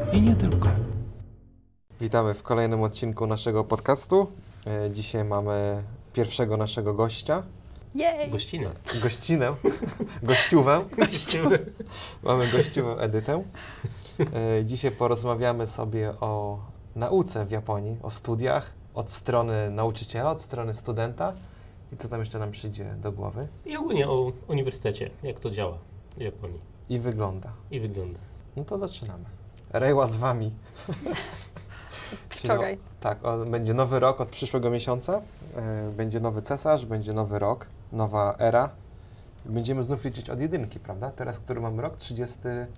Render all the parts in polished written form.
i nie tylko. Witamy w kolejnym odcinku naszego podcastu. Dzisiaj mamy pierwszego naszego gościa. Jej! Gościnę. Gościówę. Mamy gościówę Edytę. Dzisiaj porozmawiamy sobie o nauce w Japonii, o studiach, od strony nauczyciela, od strony studenta i co tam jeszcze nam przyjdzie do głowy. I ogólnie o uniwersytecie, jak to działa w Japonii. I wygląda. No to zaczynamy. Reiwa z wami. Wczoraj. Będzie nowy rok od przyszłego miesiąca. Będzie nowy cesarz, będzie nowy rok, nowa era. Będziemy znów liczyć od jedynki, prawda? Teraz, który mamy rok? 30.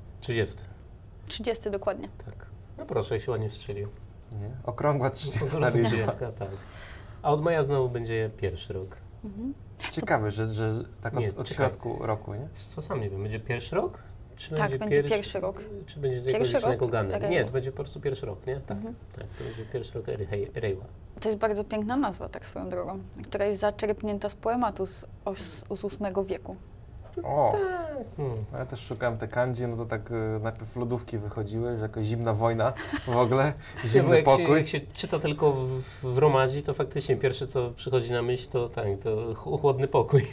30 dokładnie. Tak. No proszę, się ładnie strzelił. Nie? Okrągła 30 liczba. Tak. A od maja znowu będzie pierwszy rok. Mhm. Ciekawe, że tak od środku roku, nie? Co sam nie wiem, będzie pierwszy rok? Czy Tak, będzie pierwszy rok. Czy będzie Pierwszy jakoś rok? Ganem? Nie, to będzie po prostu pierwszy rok, nie? Tak, tak, to będzie pierwszy rok Reiwa. To jest bardzo piękna nazwa, tak swoją drogą, która jest zaczerpnięta z poematu z VIII wieku. O! No ja też szukałem te kanji, no to tak najpierw lodówki wychodziły, że jakaś zimna wojna w ogóle, zimny pokój. Jak się czyta tylko w Romadzi, to faktycznie pierwsze, co przychodzi na myśl, to chłodny pokój.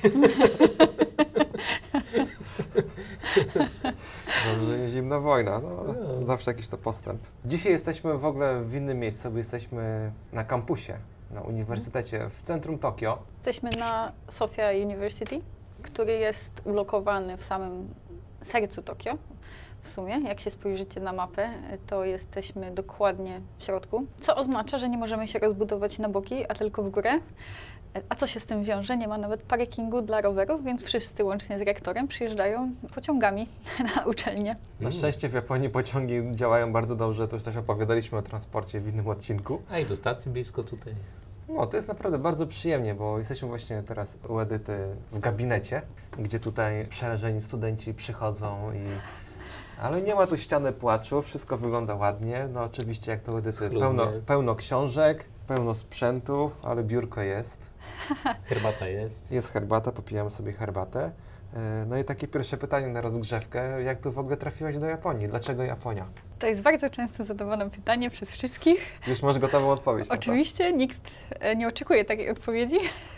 Dobrze, nie zimna wojna, zawsze jakiś to postęp. Dzisiaj jesteśmy w ogóle w innym miejscu, bo jesteśmy na kampusie, na uniwersytecie w centrum Tokio. Jesteśmy na Sophia University, który jest ulokowany w samym sercu Tokio. W sumie, jak się spojrzycie na mapę, to jesteśmy dokładnie w środku, co oznacza, że nie możemy się rozbudować na boki, a tylko w górę. A co się z tym wiąże? Nie ma nawet parkingu dla rowerów, więc wszyscy łącznie z rektorem przyjeżdżają pociągami na uczelnię. Na szczęście w Japonii pociągi działają bardzo dobrze, to już też opowiadaliśmy o transporcie w innym odcinku. A i do stacji blisko tutaj. No, to jest naprawdę bardzo przyjemnie, bo jesteśmy właśnie teraz u Edyty w gabinecie, gdzie tutaj przerażeni studenci przychodzą ale nie ma tu ściany płaczu, wszystko wygląda ładnie. No oczywiście jak to u Edyty, pełno książek, pełno sprzętu, ale biurko jest. Herbata jest. Jest herbata, popijamy sobie herbatę. No i takie pierwsze pytanie na rozgrzewkę, jak tu w ogóle trafiłaś do Japonii? Dlaczego Japonia? To jest bardzo często zadawane pytanie przez wszystkich. Już masz gotową odpowiedź na to? Oczywiście, nikt nie oczekuje takiej odpowiedzi,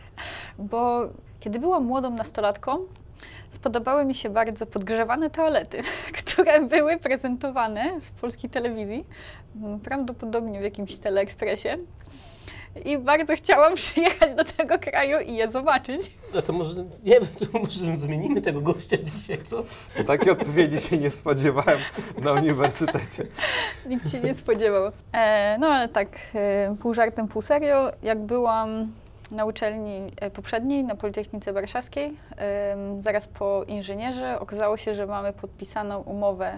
bo kiedy byłam młodą nastolatką, spodobały mi się bardzo podgrzewane toalety, które były prezentowane w polskiej telewizji, prawdopodobnie w jakimś teleekspresie. I bardzo chciałam przyjechać do tego kraju i je zobaczyć. No to może, nie wiem, to może zmienimy tego gościa dzisiaj, co? Takiej odpowiedzi się nie spodziewałem na uniwersytecie. Nikt się nie spodziewał. No ale tak, pół żartem, pół serio, jak byłam na uczelni poprzedniej, na Politechnice Warszawskiej, zaraz po inżynierze, okazało się, że mamy podpisaną umowę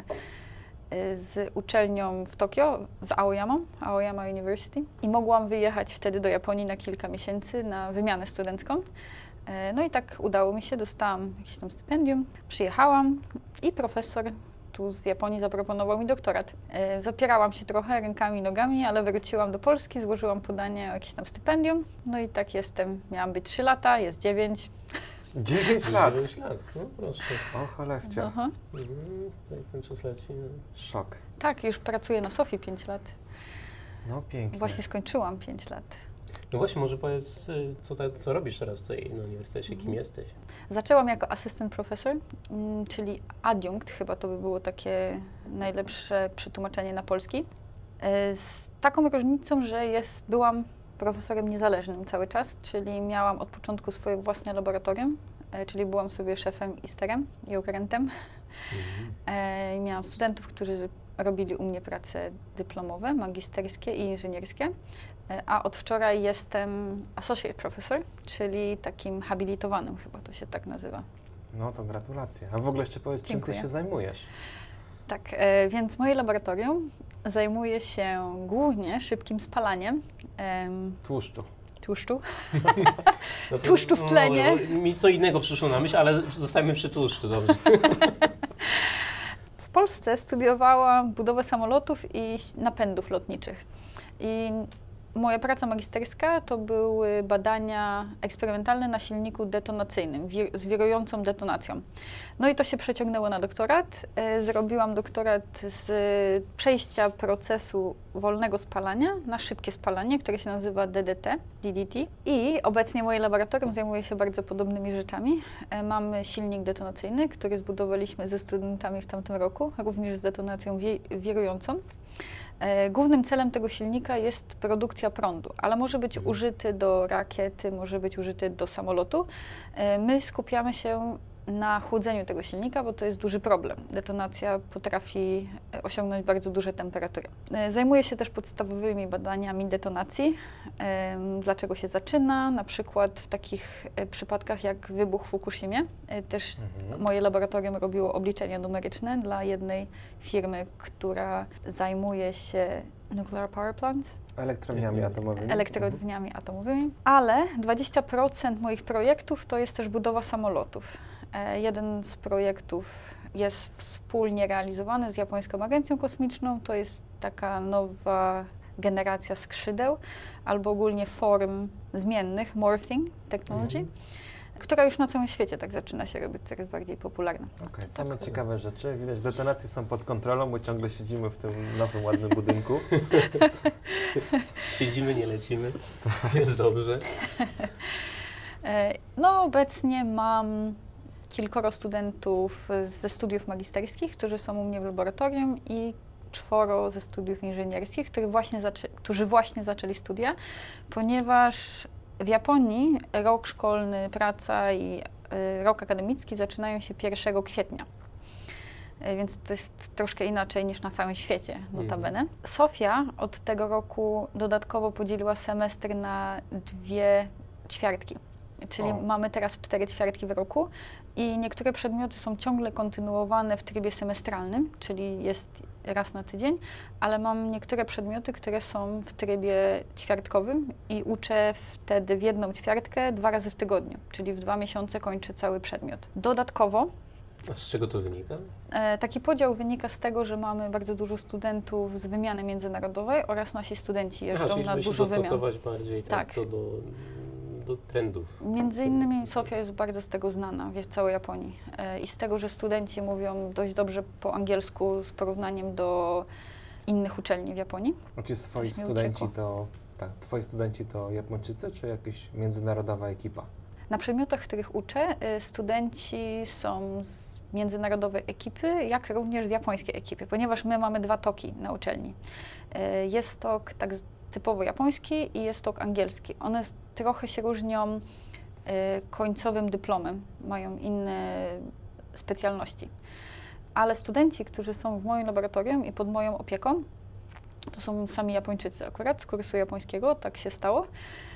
z uczelnią w Tokio, z Aoyama University i mogłam wyjechać wtedy do Japonii na kilka miesięcy na wymianę studencką. No i tak udało mi się, dostałam jakieś tam stypendium, przyjechałam i profesor tu z Japonii zaproponował mi doktorat. Zapierałam się trochę rękami i nogami, ale wróciłam do Polski, złożyłam podanie o jakieś tam stypendium. No i tak jestem, miałam być 3 lata, jest 9. 9 lat? 9 lat, no proszę. O cholewcia. Jak ten czas leci. No. Szok. Tak, już pracuję na Sofii 5 lat. No pięknie. Właśnie skończyłam 5 lat. No właśnie, może powiedz, co robisz teraz tutaj na uniwersytecie, kim jesteś? Zaczęłam jako assistant professor, czyli adiunkt, chyba to by było takie najlepsze przetłumaczenie na polski. Z taką różnicą, że byłam profesorem niezależnym cały czas, czyli miałam od początku swoje własne laboratorium, czyli byłam sobie szefem i sterem i okrętem. Miałam studentów, którzy robili u mnie prace dyplomowe, magisterskie i inżynierskie. A od wczoraj jestem associate professor, czyli takim habilitowanym, chyba to się tak nazywa. No to gratulacje. A w ogóle jeszcze powiedz, czym ty się zajmujesz? Tak, więc moje laboratorium zajmuje się głównie szybkim spalaniem Tłuszczu. No Tłuszczu w tlenie. Mi co innego przyszło na myśl, ale zostajemy przy tłuszczu, dobrze. W Polsce studiowałam budowę samolotów i napędów lotniczych. I Moja praca magisterska to były badania eksperymentalne na silniku detonacyjnym z wirującą detonacją. No i to się przeciągnęło na doktorat. Zrobiłam doktorat z przejścia procesu wolnego spalania na szybkie spalanie, które się nazywa DDT. I obecnie moje laboratorium zajmuje się bardzo podobnymi rzeczami. Mamy silnik detonacyjny, który zbudowaliśmy ze studentami w tamtym roku, również z detonacją wirującą. Głównym celem tego silnika jest produkcja prądu, ale może być użyty do rakiety, może być użyty do samolotu. My skupiamy się na chłodzeniu tego silnika, bo to jest duży problem. Detonacja potrafi osiągnąć bardzo duże temperatury. Zajmuję się też podstawowymi badaniami detonacji. Dlaczego się zaczyna? Na przykład w takich przypadkach jak wybuch w Fukushimie. Też moje laboratorium robiło obliczenia numeryczne dla jednej firmy, która zajmuje się nuclear power plants. Elektrowniami atomowymi. Ale 20% moich projektów to jest też budowa samolotów. Jeden z projektów jest wspólnie realizowany z Japońską Agencją Kosmiczną. To jest taka nowa generacja skrzydeł albo ogólnie form zmiennych, morphing technology, która już na całym świecie tak zaczyna się robić coraz bardziej popularna. Okej, same ciekawe rzeczy. Widać, detonacje są pod kontrolą, bo ciągle siedzimy w tym nowym, ładnym budynku. Siedzimy, nie lecimy. Jest dobrze. No, obecnie mam kilkoro studentów ze studiów magisterskich, którzy są u mnie w laboratorium i 4 ze studiów inżynierskich, którzy właśnie zaczęli studia, ponieważ w Japonii rok szkolny, praca i rok akademicki zaczynają się 1 kwietnia. Więc to jest troszkę inaczej niż na całym świecie, notabene. Sofia od tego roku dodatkowo podzieliła semestr na 2 ćwiartki. Czyli mamy teraz 4 ćwiartki w roku i niektóre przedmioty są ciągle kontynuowane w trybie semestralnym, czyli jest raz na tydzień, ale mam niektóre przedmioty, które są w trybie ćwiartkowym i uczę wtedy w jedną ćwiartkę 2 razy w tygodniu, czyli w 2 miesiące kończę cały przedmiot. Dodatkowo A z czego to wynika? Taki podział wynika z tego, że mamy bardzo dużo studentów z wymiany międzynarodowej oraz nasi studenci jeżdżą na dużo wymian. Dostosować bardziej tak. To do trendów. Między innymi Sofia jest bardzo z tego znana w całej Japonii i z tego, że studenci mówią dość dobrze po angielsku z porównaniem do innych uczelni w Japonii. Czy twoi studenci to Japończycy, czy jakaś międzynarodowa ekipa? Na przedmiotach, w których uczę, studenci są z międzynarodowej ekipy, jak również z japońskiej ekipy, ponieważ my mamy 2 toki na uczelni. Jest tok tak typowo japoński i jest tok angielski. One trochę się różnią końcowym dyplomem, mają inne specjalności. Ale studenci, którzy są w moim laboratorium i pod moją opieką, to są sami Japończycy akurat z kursu japońskiego, tak się stało.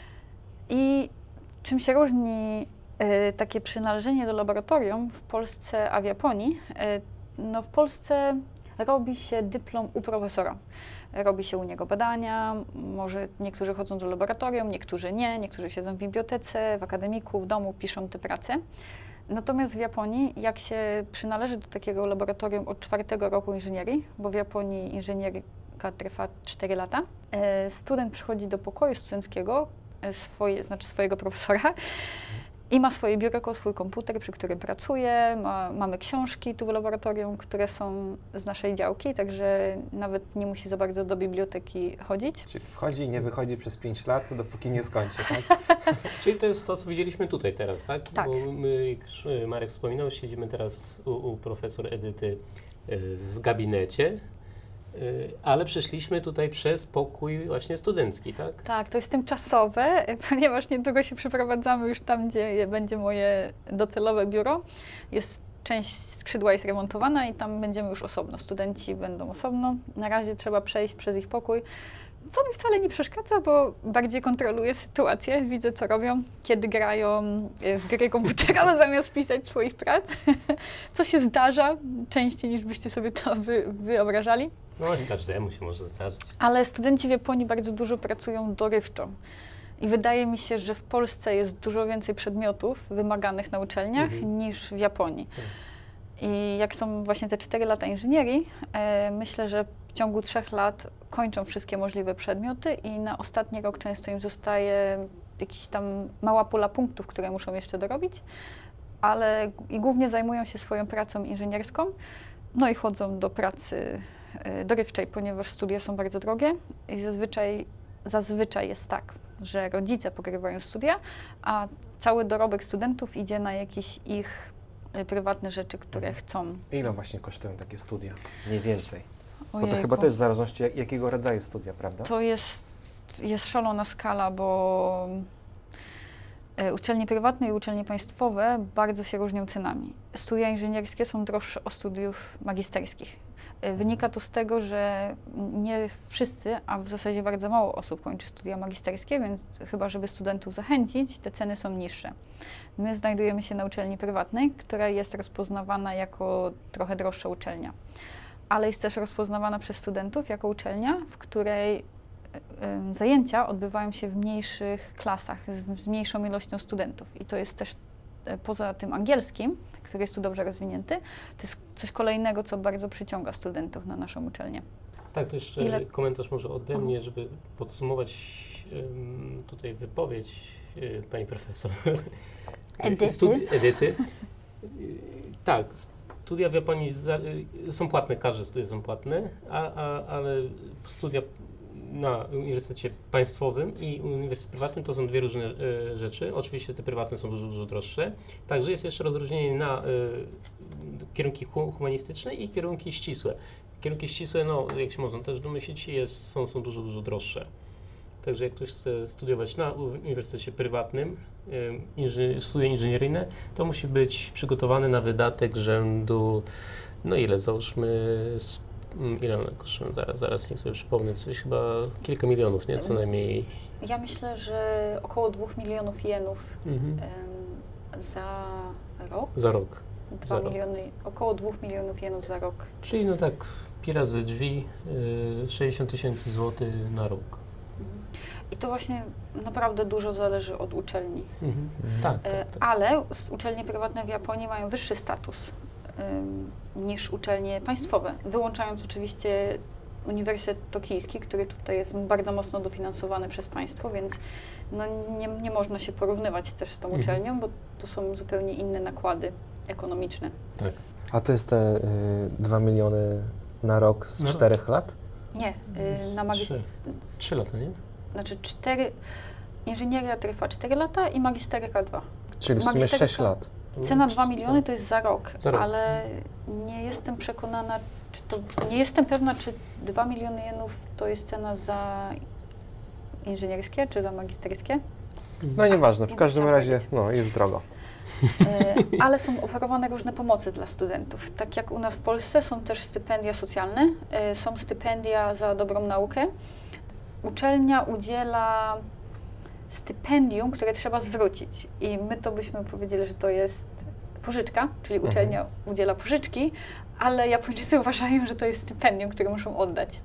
I czym się różni takie przynależenie do laboratorium w Polsce, a w Japonii? No w Polsce robi się dyplom u profesora. Robi się u niego badania, może niektórzy chodzą do laboratorium, niektórzy nie, niektórzy siedzą w bibliotece, w akademiku, w domu, piszą te prace. Natomiast w Japonii, jak się przynależy do takiego laboratorium od 4 roku inżynierii, bo w Japonii inżynierka trwa 4 lata, student przychodzi do pokoju studenckiego, swojego profesora i ma swoje biurko, swój komputer, przy którym pracuje. Mamy książki tu w laboratorium, które są z naszej działki, także nawet nie musi za bardzo do biblioteki chodzić. Czyli wchodzi i nie wychodzi przez 5 lat, dopóki nie skończy, tak? Czyli to jest to, co widzieliśmy tutaj teraz, tak? Tak. Bo my, jak Marek wspominał, siedzimy teraz u profesor Edyty w gabinecie. Ale przeszliśmy tutaj przez pokój właśnie studencki, tak? Tak, to jest tymczasowe, ponieważ niedługo się przeprowadzamy już tam, gdzie będzie moje docelowe biuro. Część skrzydła jest remontowana i tam będziemy już osobno. Studenci będą osobno. Na razie trzeba przejść przez ich pokój, co mi wcale nie przeszkadza, bo bardziej kontroluję sytuację, widzę co robią, kiedy grają w gry komputerowe zamiast pisać swoich prac, co się zdarza częściej niż byście sobie to wyobrażali. No i każdemu się może zdarzyć. Ale studenci w Japonii bardzo dużo pracują dorywczo. I wydaje mi się, że w Polsce jest dużo więcej przedmiotów wymaganych na uczelniach niż w Japonii. I jak są właśnie te 4 lata inżynierii, myślę, że ciągu 3 lat kończą wszystkie możliwe przedmioty i na ostatni rok często im zostaje jakiś tam mała pula punktów, które muszą jeszcze dorobić, ale i głównie zajmują się swoją pracą inżynierską, no i chodzą do pracy dorywczej, ponieważ studia są bardzo drogie i zazwyczaj jest tak, że rodzice pokrywają studia, a cały dorobek studentów idzie na jakieś ich prywatne rzeczy, które chcą. Ile właśnie kosztują takie studia? Mniej więcej. Bo to Ojejku. chyba też w zależności jakiego rodzaju studia, prawda? To jest szalona skala, bo uczelnie prywatne i uczelnie państwowe bardzo się różnią cenami. Studia inżynierskie są droższe od studiów magisterskich. Wynika to z tego, że nie wszyscy, a w zasadzie bardzo mało osób kończy studia magisterskie, więc chyba żeby studentów zachęcić, te ceny są niższe. My znajdujemy się na uczelni prywatnej, która jest rozpoznawana jako trochę droższa uczelnia, ale jest też rozpoznawana przez studentów jako uczelnia, w której zajęcia odbywają się w mniejszych klasach, z mniejszą ilością studentów. I to jest też poza tym angielskim, który jest tu dobrze rozwinięty, to jest coś kolejnego, co bardzo przyciąga studentów na naszą uczelnię. Tak, to jeszcze komentarz może ode mnie, żeby podsumować tutaj wypowiedź pani profesor. Edyty. Tak, studia w Japonii są płatne, każde studia są płatne, ale studia na uniwersytecie państwowym i uniwersytecie prywatnym to są dwie różne rzeczy. Oczywiście te prywatne są dużo droższe. Także jest jeszcze rozróżnienie na kierunki humanistyczne i kierunki ścisłe. Kierunki ścisłe, no jak się można też domyślić, są dużo droższe. Także jak ktoś chce studiować na uniwersytecie prywatnym, studia inżynieryjne, to musi być przygotowany na wydatek rzędu, no ile, załóżmy, ile one kosztują? Zaraz niech sobie przypomnę, coś chyba kilka milionów, nie? Co najmniej. Ja myślę, że około 2 milionów jenów za rok. Za rok. Około 2 milionów jenów za rok. Czyli no tak, pi razy drzwi, 60 000 złotych na rok. I to właśnie naprawdę dużo zależy od uczelni. Tak. Ale uczelnie prywatne w Japonii mają wyższy status niż uczelnie państwowe, wyłączając oczywiście Uniwersytet Tokijski, który tutaj jest bardzo mocno dofinansowany przez państwo, więc no nie można się porównywać też z tą uczelnią, bo to są zupełnie inne nakłady ekonomiczne. Tak. A to jest te 2 miliony na rok z 4 lat? Nie, na magisterce. 3 lata, nie? Znaczy inżynieria trwa 4 lata i magisteryka 2. Czyli w sumie 6 lat. Cena 2 miliony to jest za rok, ale nie jestem przekonana, nie jestem pewna, czy 2 miliony jenów to jest cena za inżynierskie, czy za magisterskie. No nieważne, w każdym razie jest drogo. Ale są oferowane różne pomocy dla studentów. Tak jak u nas w Polsce są też stypendia socjalne, są stypendia za dobrą naukę. Uczelnia udziela stypendium, które trzeba zwrócić i my to byśmy powiedzieli, że to jest pożyczka, czyli uczelnia udziela pożyczki, ale Japończycy uważają, że to jest stypendium, które muszą oddać.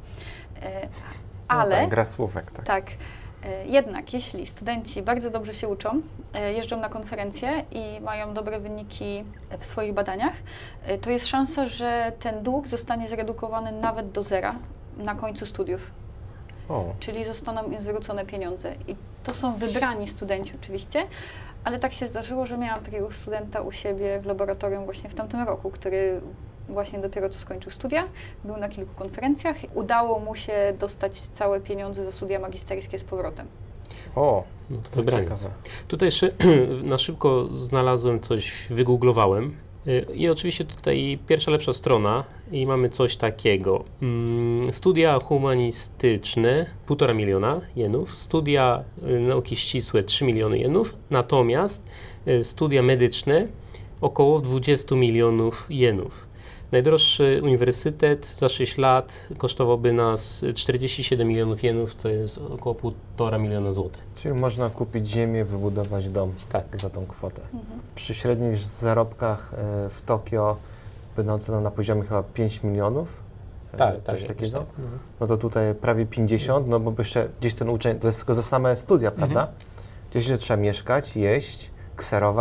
Ale tak, gra słówek, tak. Tak. Jednak jeśli studenci bardzo dobrze się uczą, jeżdżą na konferencje i mają dobre wyniki w swoich badaniach, to jest szansa, że ten dług zostanie zredukowany nawet do zera na końcu studiów. Czyli zostaną im zwrócone pieniądze. I to są wybrani studenci oczywiście, ale tak się zdarzyło, że miałam takiego studenta u siebie w laboratorium właśnie w tamtym roku, który właśnie dopiero co skończył studia, był na kilku konferencjach. Udało mu się dostać całe pieniądze za studia magisterskie z powrotem. No to ciekawe. Tutaj jeszcze na szybko znalazłem coś, wygooglowałem. I oczywiście tutaj pierwsza lepsza strona i mamy coś takiego. Studia humanistyczne 1,5 miliona jenów, studia nauki ścisłe 3 miliony jenów, natomiast studia medyczne około 20 milionów jenów. Najdroższy uniwersytet za 6 lat kosztowałby nas 47 milionów jenów, to jest około 1,5 miliona złotych. Czyli można kupić ziemię, wybudować dom za tą kwotę. Przy średnich zarobkach w Tokio będące na poziomie chyba 5 milionów, coś takiego, tak. No to tutaj prawie 50, no bo jeszcze gdzieś ten uczeń, to jest tylko za same studia, prawda? Gdzieś trzeba mieszkać, jeść, kserować,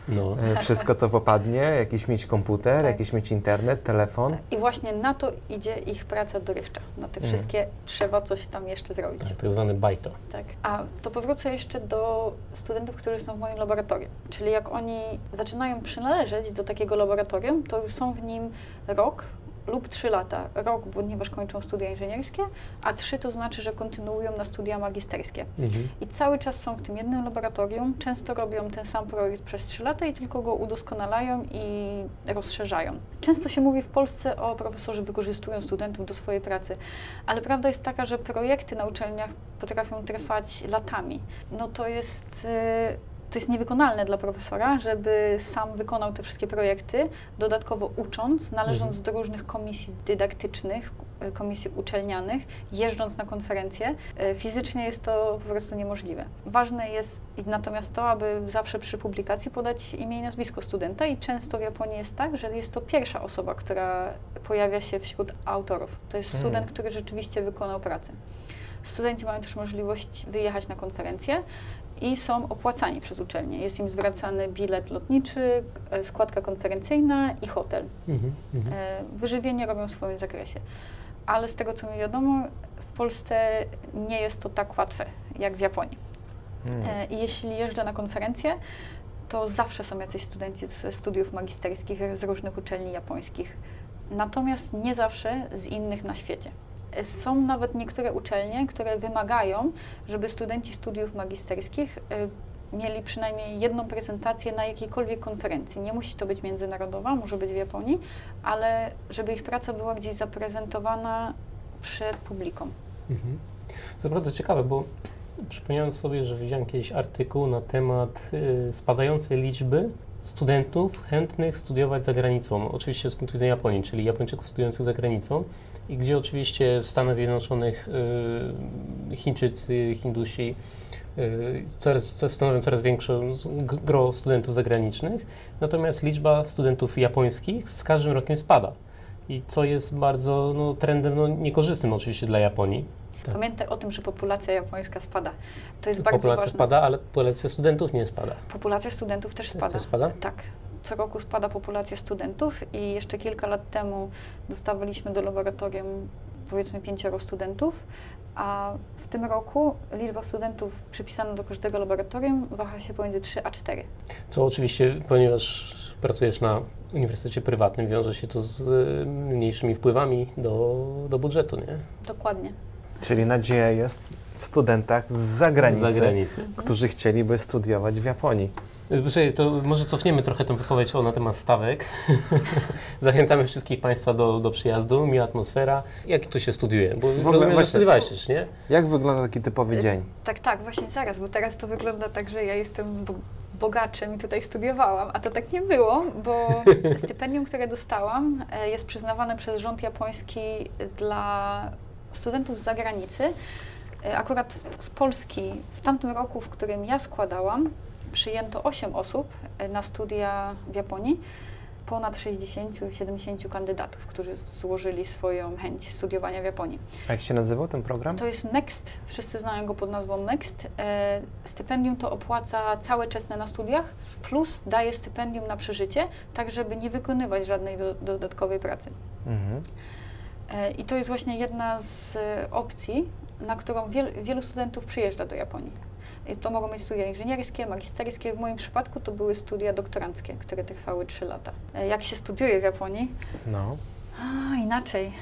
No. Wszystko, co popadnie, jakiś mieć komputer, Tak. jakiś mieć internet, telefon. I właśnie na to idzie ich praca dorywcza. Na te wszystkie trzeba coś tam jeszcze zrobić. Tak zwany bajto. Tak. A to powrócę jeszcze do studentów, którzy są w moim laboratorium. Czyli jak oni zaczynają przynależeć do takiego laboratorium, to już są w nim rok lub 3 lata. Rok, ponieważ kończą studia inżynierskie, a 3 to znaczy, że kontynuują na studia magisterskie. I cały czas są w tym jednym laboratorium, często robią ten sam projekt przez 3 lata i tylko go udoskonalają i rozszerzają. Często się mówi w Polsce o profesorzy wykorzystują studentów do swojej pracy, ale prawda jest taka, że projekty na uczelniach potrafią trwać latami. No to jest niewykonalne dla profesora, żeby sam wykonał te wszystkie projekty, dodatkowo ucząc, należąc do różnych komisji dydaktycznych, komisji uczelnianych, jeżdżąc na konferencje. Fizycznie jest to po prostu niemożliwe. Ważne jest natomiast to, aby zawsze przy publikacji podać imię i nazwisko studenta i często w Japonii jest tak, że jest to pierwsza osoba, która pojawia się wśród autorów. To jest student, który rzeczywiście wykonał pracę. Studenci mają też możliwość wyjechać na konferencję i są opłacani przez uczelnię. Jest im zwracany bilet lotniczy, składka konferencyjna i hotel. Wyżywienie robią w swoim zakresie. Ale z tego, co mi wiadomo, w Polsce nie jest to tak łatwe, jak w Japonii. I jeśli jeżdżę na konferencję, to zawsze są jacyś studenci ze studiów magisterskich z różnych uczelni japońskich. Natomiast nie zawsze z innych na świecie. Są nawet niektóre uczelnie, które wymagają, żeby studenci studiów magisterskich mieli przynajmniej jedną prezentację na jakiejkolwiek konferencji. Nie musi to być międzynarodowa, może być w Japonii, ale żeby ich praca była gdzieś zaprezentowana przed publiką. To jest bardzo ciekawe, bo przypomniałem sobie, że widziałem kiedyś artykuł na temat spadającej liczby studentów chętnych studiować za granicą, oczywiście z punktu widzenia Japonii, czyli Japończyków studiujących za granicą, i gdzie oczywiście w Stanach Zjednoczonych Chińczycy, Hindusi stanowią coraz większe gro studentów zagranicznych, natomiast liczba studentów japońskich z każdym rokiem spada. I co jest bardzo trendem niekorzystnym oczywiście dla Japonii. Tak. Pamiętaj o tym, że populacja japońska spada. To jest bardzo populacja ważne. spada, ale populacja studentów nie spada. Populacja studentów też spada. Też spada? Tak. Co roku spada populacja studentów i jeszcze kilka lat temu dostawaliśmy do laboratorium powiedzmy 5 studentów, a w tym roku liczba studentów przypisana do każdego laboratorium waha się pomiędzy 3 a 4. Co oczywiście, ponieważ pracujesz na uniwersytecie prywatnym, wiąże się to z mniejszymi wpływami do budżetu, nie? Dokładnie. Czyli nadzieja jest w studentach z zagranicy, którzy chcieliby studiować w Japonii. To może cofniemy trochę tę wypowiedź na temat stawek. Zachęcamy wszystkich Państwa do przyjazdu, miła atmosfera. Jak tu się studiuje? Bo rozumiem, że studiowałeś też, nie? Jak wygląda taki typowy dzień? Tak, właśnie zaraz, bo teraz to wygląda tak, że ja jestem bogaczem i tutaj studiowałam, a to tak nie było, bo stypendium, które dostałam, jest przyznawane przez rząd japoński dla studentów z zagranicy. Akurat z Polski w tamtym roku, w którym ja składałam, przyjęto 8 osób na studia w Japonii, ponad 60-70 kandydatów, którzy złożyli swoją chęć studiowania w Japonii. A jak się nazywał ten program? To jest MEXT, wszyscy znają go pod nazwą MEXT. Stypendium to opłaca całe czesne na studiach, plus daje stypendium na przeżycie, tak żeby nie wykonywać żadnej dodatkowej pracy. I to jest właśnie jedna z opcji, na którą wielu studentów przyjeżdża do Japonii. I to mogą być studia inżynierskie, magisterskie. W moim przypadku to były studia doktoranckie, które trwały 3 lata. Jak się studiuje w Japonii? No. Inaczej.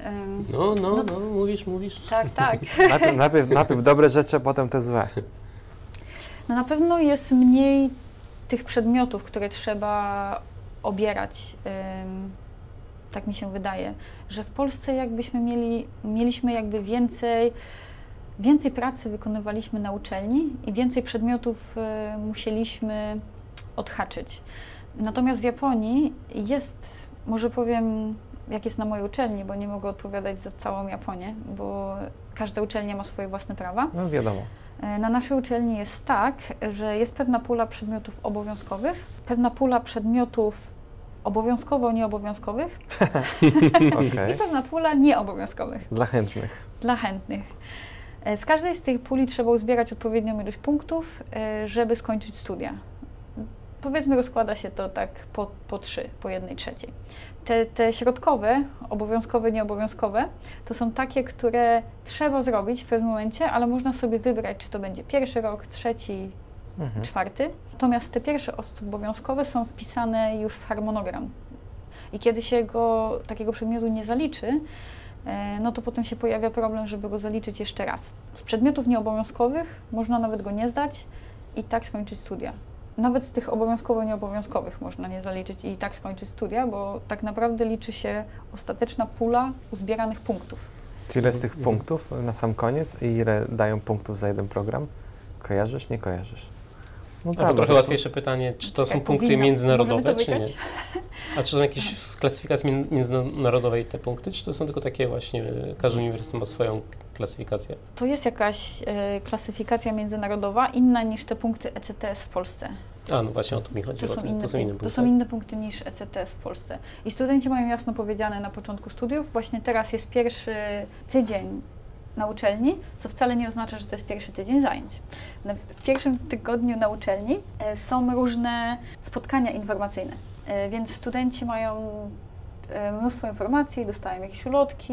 Mówisz. Tak. Najpierw dobre rzeczy, a potem te złe. No na pewno jest mniej tych przedmiotów, które trzeba obierać. Tak mi się wydaje, że w Polsce jakbyśmy mieliśmy jakby więcej pracy wykonywaliśmy na uczelni i więcej przedmiotów musieliśmy odhaczyć. Natomiast w Japonii jest, może powiem, jak jest na mojej uczelni, bo nie mogę odpowiadać za całą Japonię, bo każda uczelnia ma swoje własne prawa. No wiadomo. Na naszej uczelni jest tak, że jest pewna pula przedmiotów obowiązkowych, pewna pula przedmiotów obowiązkowo-nieobowiązkowych Okay. i pewna pula nieobowiązkowych. Dla chętnych. Z każdej z tych puli trzeba uzbierać odpowiednią ilość punktów, żeby skończyć studia. Powiedzmy, rozkłada się to tak po 3, po 1/3. Te środkowe, obowiązkowe, nieobowiązkowe, to są takie, które trzeba zrobić w pewnym momencie, ale można sobie wybrać, czy to będzie pierwszy rok, trzeci, czwarty. Natomiast te pierwsze obowiązkowe są wpisane już w harmonogram. I kiedy się takiego przedmiotu nie zaliczy, no to potem się pojawia problem, żeby go zaliczyć jeszcze raz. Z przedmiotów nieobowiązkowych można nawet go nie zdać i tak skończyć studia. Nawet z tych obowiązkowo-nieobowiązkowych można nie zaliczyć i tak skończyć studia, bo tak naprawdę liczy się ostateczna pula uzbieranych punktów. Czy ile z tych punktów na sam koniec i ile dają punktów za jeden program? Kojarzysz, nie kojarzysz? No to trochę łatwiejsze pytanie, czy to są punkty międzynarodowe, czy nie? A czy są jakieś w klasyfikacji międzynarodowej te punkty, czy to są tylko takie właśnie, każdy uniwersytet ma swoją klasyfikację? To jest jakaś klasyfikacja międzynarodowa, inna niż te punkty ECTS w Polsce. A, no właśnie o to mi chodzi. To są inne punkty niż ECTS w Polsce. I studenci mają jasno powiedziane na początku studiów, właśnie teraz jest pierwszy tydzień na uczelni, co wcale nie oznacza, że to jest pierwszy tydzień zajęć. W pierwszym tygodniu na uczelni są różne spotkania informacyjne, więc studenci mają mnóstwo informacji, dostają jakieś ulotki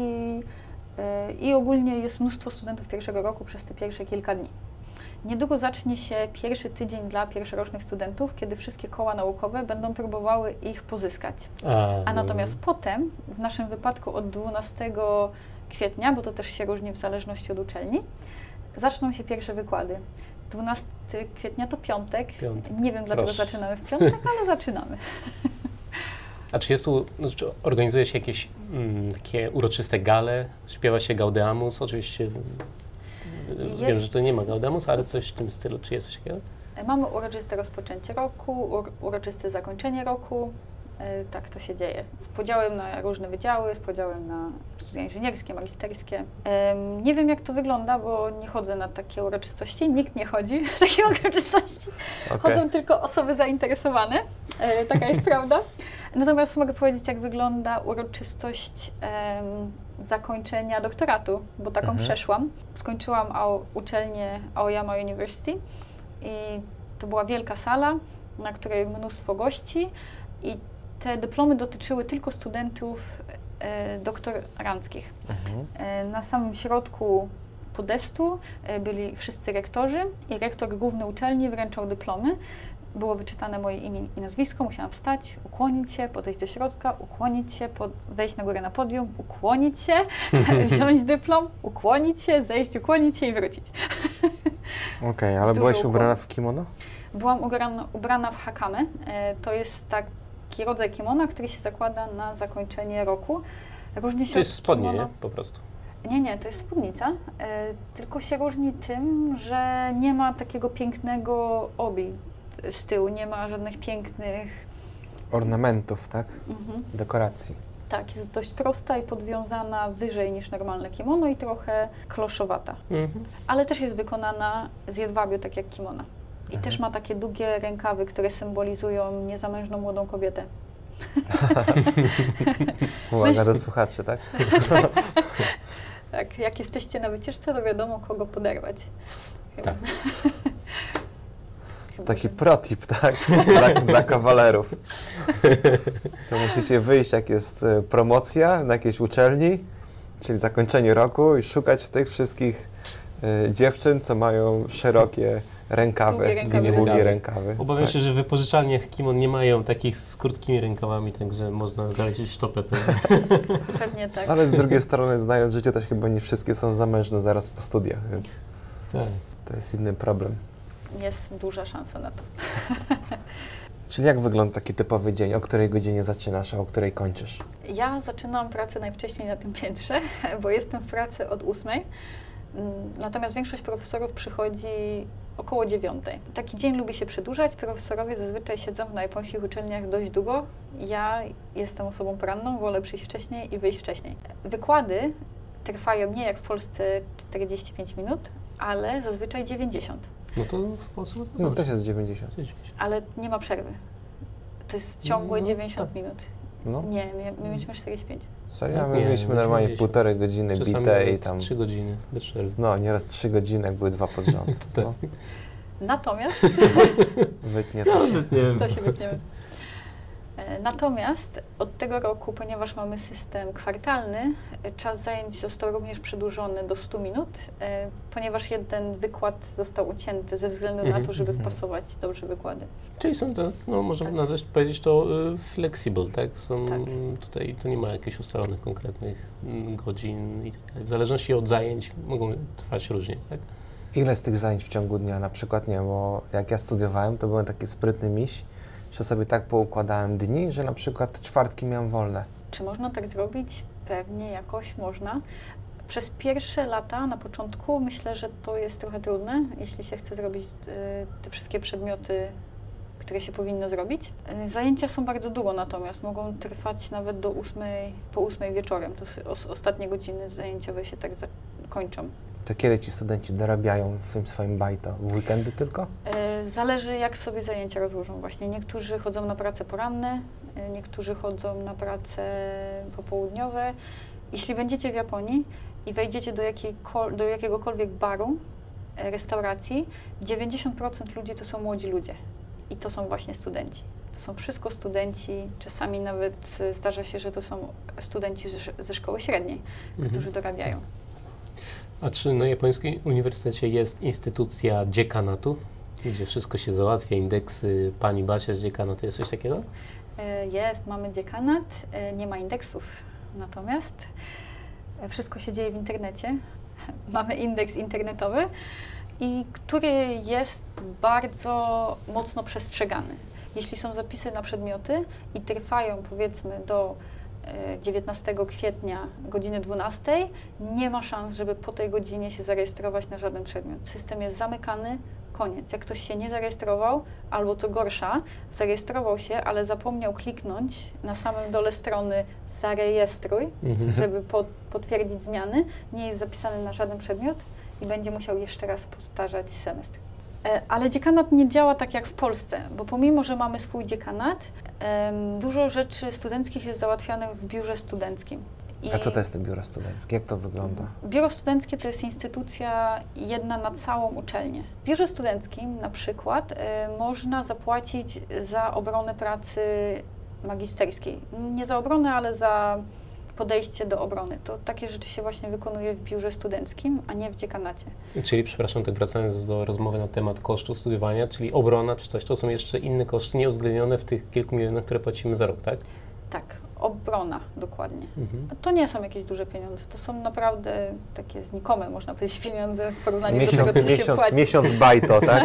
i ogólnie jest mnóstwo studentów pierwszego roku przez te pierwsze kilka dni. Niedługo zacznie się pierwszy tydzień dla pierwszorocznych studentów, kiedy wszystkie koła naukowe będą próbowały ich pozyskać. A natomiast potem, w naszym wypadku od 12 kwietnia, bo to też się różni w zależności od uczelni, zaczną się pierwsze wykłady. 12 kwietnia to piątek. Nie wiem, dlaczego zaczynamy w piątek, ale zaczynamy. A czy czy organizuje się jakieś takie uroczyste gale? Śpiewa się Gaudeamus? Oczywiście wiem, że to nie ma Gaudeamus, ale coś w tym stylu. Czy jest coś takiego? Mamy uroczyste rozpoczęcie roku, uroczyste zakończenie roku. Tak to się dzieje. Z podziałem na różne wydziały, z podziałem na studia inżynierskie, magisterskie. Nie wiem, jak to wygląda, bo nie chodzę na takie uroczystości. Nikt nie chodzi na takie uroczystości. Chodzą tylko osoby zainteresowane. Taka jest prawda. Natomiast mogę powiedzieć, jak wygląda uroczystość zakończenia doktoratu, bo taką przeszłam. Skończyłam uczelnię Aoyama University i to była wielka sala, na której mnóstwo gości i te dyplomy dotyczyły tylko studentów doktoranckich. Na samym środku podestu byli wszyscy rektorzy i rektor główny uczelni wręczał dyplomy. Było wyczytane moje imię i nazwisko, musiałam wstać, ukłonić się, podejść do środka, ukłonić się, wejść na górę na podium, ukłonić się, wziąć dyplom, ukłonić się, zejść, ukłonić się i wrócić. Okej, ale byłaś ubrana w kimono? Byłam ubrana w hakame. To jest taki rodzaj kimona, który się zakłada na zakończenie roku. Różni się to jest spodnie, kimono... nie? Po prostu. Nie, to jest spódnica, tylko się różni tym, że nie ma takiego pięknego obi z tyłu, nie ma żadnych pięknych... Ornamentów, tak? Dekoracji. Tak, jest dość prosta i podwiązana wyżej niż normalne kimono i trochę kloszowata. Ale też jest wykonana z jedwabiu, tak jak kimona. I też ma takie długie rękawy, które symbolizują niezamężną młodą kobietę. Uwaga do słuchaczy, tak? Tak, jak jesteście na wycieczce, to wiadomo, kogo poderwać. Tak. Taki protip, tak? Dla kawalerów. To musicie wyjść, jak jest promocja na jakiejś uczelni, czyli zakończenie roku i szukać tych wszystkich dziewczyn, co mają szerokie rękawy, długie rękawy. Obawiam się, że w wypożyczalniach kimon nie mają takich z krótkimi rękawami, także można zalecieć sztopę. Pewnie tak. Ale z drugiej strony, znając życie, też chyba nie wszystkie są zamężne zaraz po studiach, więc to jest inny problem. Jest duża szansa na to. Czyli jak wygląda taki typowy dzień? O której godzinie zaczynasz, a o której kończysz? Ja zaczynam pracę najwcześniej na tym piętrze, bo jestem w pracy od 8. Natomiast większość profesorów przychodzi około 9. Taki dzień lubi się przedłużać. Profesorowie zazwyczaj siedzą na japońskich uczelniach dość długo. Ja jestem osobą poranną, wolę przyjść wcześniej i wyjść wcześniej. Wykłady trwają nie jak w Polsce 45 minut, ale zazwyczaj 90. No to w Polsce? No też jest 90. Ale nie ma przerwy. To jest ciągłe 90 minut. No. Nie, my mieliśmy 45. Serio? My mieliśmy normalnie 1,5 godziny czasami bite i tam... 3 godziny bez przerwy. No, nieraz 3 godziny, jak były 2 pod rząd. Tak. No. Natomiast Wytnie to się. to się wytniemy. Natomiast od tego roku, ponieważ mamy system kwartalny, czas zajęć został również przedłużony do 100 minut, ponieważ jeden wykład został ucięty ze względu na to, żeby wpasować dobrze wykłady. Czyli są to, no możemy nazwać, powiedzieć to flexible, tak? Są Tak. tutaj, to nie ma jakichś ustalonych konkretnych godzin i tak dalej. W zależności od zajęć mogą trwać różnie, tak? Ile z tych zajęć w ciągu dnia na przykład, nie, bo jak ja studiowałem, to byłem taki sprytny miś, że sobie tak poukładałem dni, że na przykład czwartki miałem wolne. Czy można tak zrobić? Pewnie jakoś można. Przez pierwsze lata, na początku, myślę, że to jest trochę trudne, jeśli się chce zrobić te wszystkie przedmioty, które się powinno zrobić. Zajęcia są bardzo długo natomiast, mogą trwać nawet po 8 wieczorem. To ostatnie godziny zajęciowe się tak kończą. To kiedy ci studenci dorabiają w tym swoim bajto? W weekendy tylko? Zależy, jak sobie zajęcia rozłożą właśnie. Niektórzy chodzą na prace poranne, niektórzy chodzą na prace popołudniowe. Jeśli będziecie w Japonii i wejdziecie do jakiegokolwiek baru, restauracji, 90% ludzi to są młodzi ludzie. I to są właśnie studenci. To są wszystko studenci, czasami nawet zdarza się, że to są studenci ze szkoły średniej, którzy dorabiają. A czy na japońskim uniwersytecie jest instytucja dziekanatu, gdzie wszystko się załatwia, indeksy, pani Basia z dziekanatu, jest coś takiego? Jest, mamy dziekanat, nie ma indeksów, natomiast wszystko się dzieje w internecie. Mamy indeks internetowy, który jest bardzo mocno przestrzegany. Jeśli są zapisy na przedmioty i trwają powiedzmy do 19 kwietnia godziny 12, nie ma szans, żeby po tej godzinie się zarejestrować na żaden przedmiot. System jest zamykany, koniec. Jak ktoś się nie zarejestrował, albo co gorsza, zarejestrował się, ale zapomniał kliknąć na samym dole strony zarejestruj, żeby potwierdzić zmiany, nie jest zapisany na żaden przedmiot i będzie musiał jeszcze raz powtarzać semestr. Ale dziekanat nie działa tak jak w Polsce, bo pomimo, że mamy swój dziekanat, dużo rzeczy studenckich jest załatwianych w biurze studenckim. A co to jest to biuro studenckie? Jak to wygląda? Biuro studenckie to jest instytucja jedna na całą uczelnię. W biurze studenckim na przykład można zapłacić za obronę pracy magisterskiej. Nie za obronę, ale za podejście do obrony. To takie rzeczy się właśnie wykonuje w biurze studenckim, a nie w dziekanacie. Czyli, przepraszam, tak wracając do rozmowy na temat kosztów studiowania, czyli obrona czy coś, to są jeszcze inne koszty nieuwzględnione w tych kilku milionach, które płacimy za rok, tak? Tak, obrona dokładnie. To nie są jakieś duże pieniądze, to są naprawdę takie znikome, można powiedzieć, pieniądze w porównaniu do tego, co się płaci. Miesiąc bajto, tak?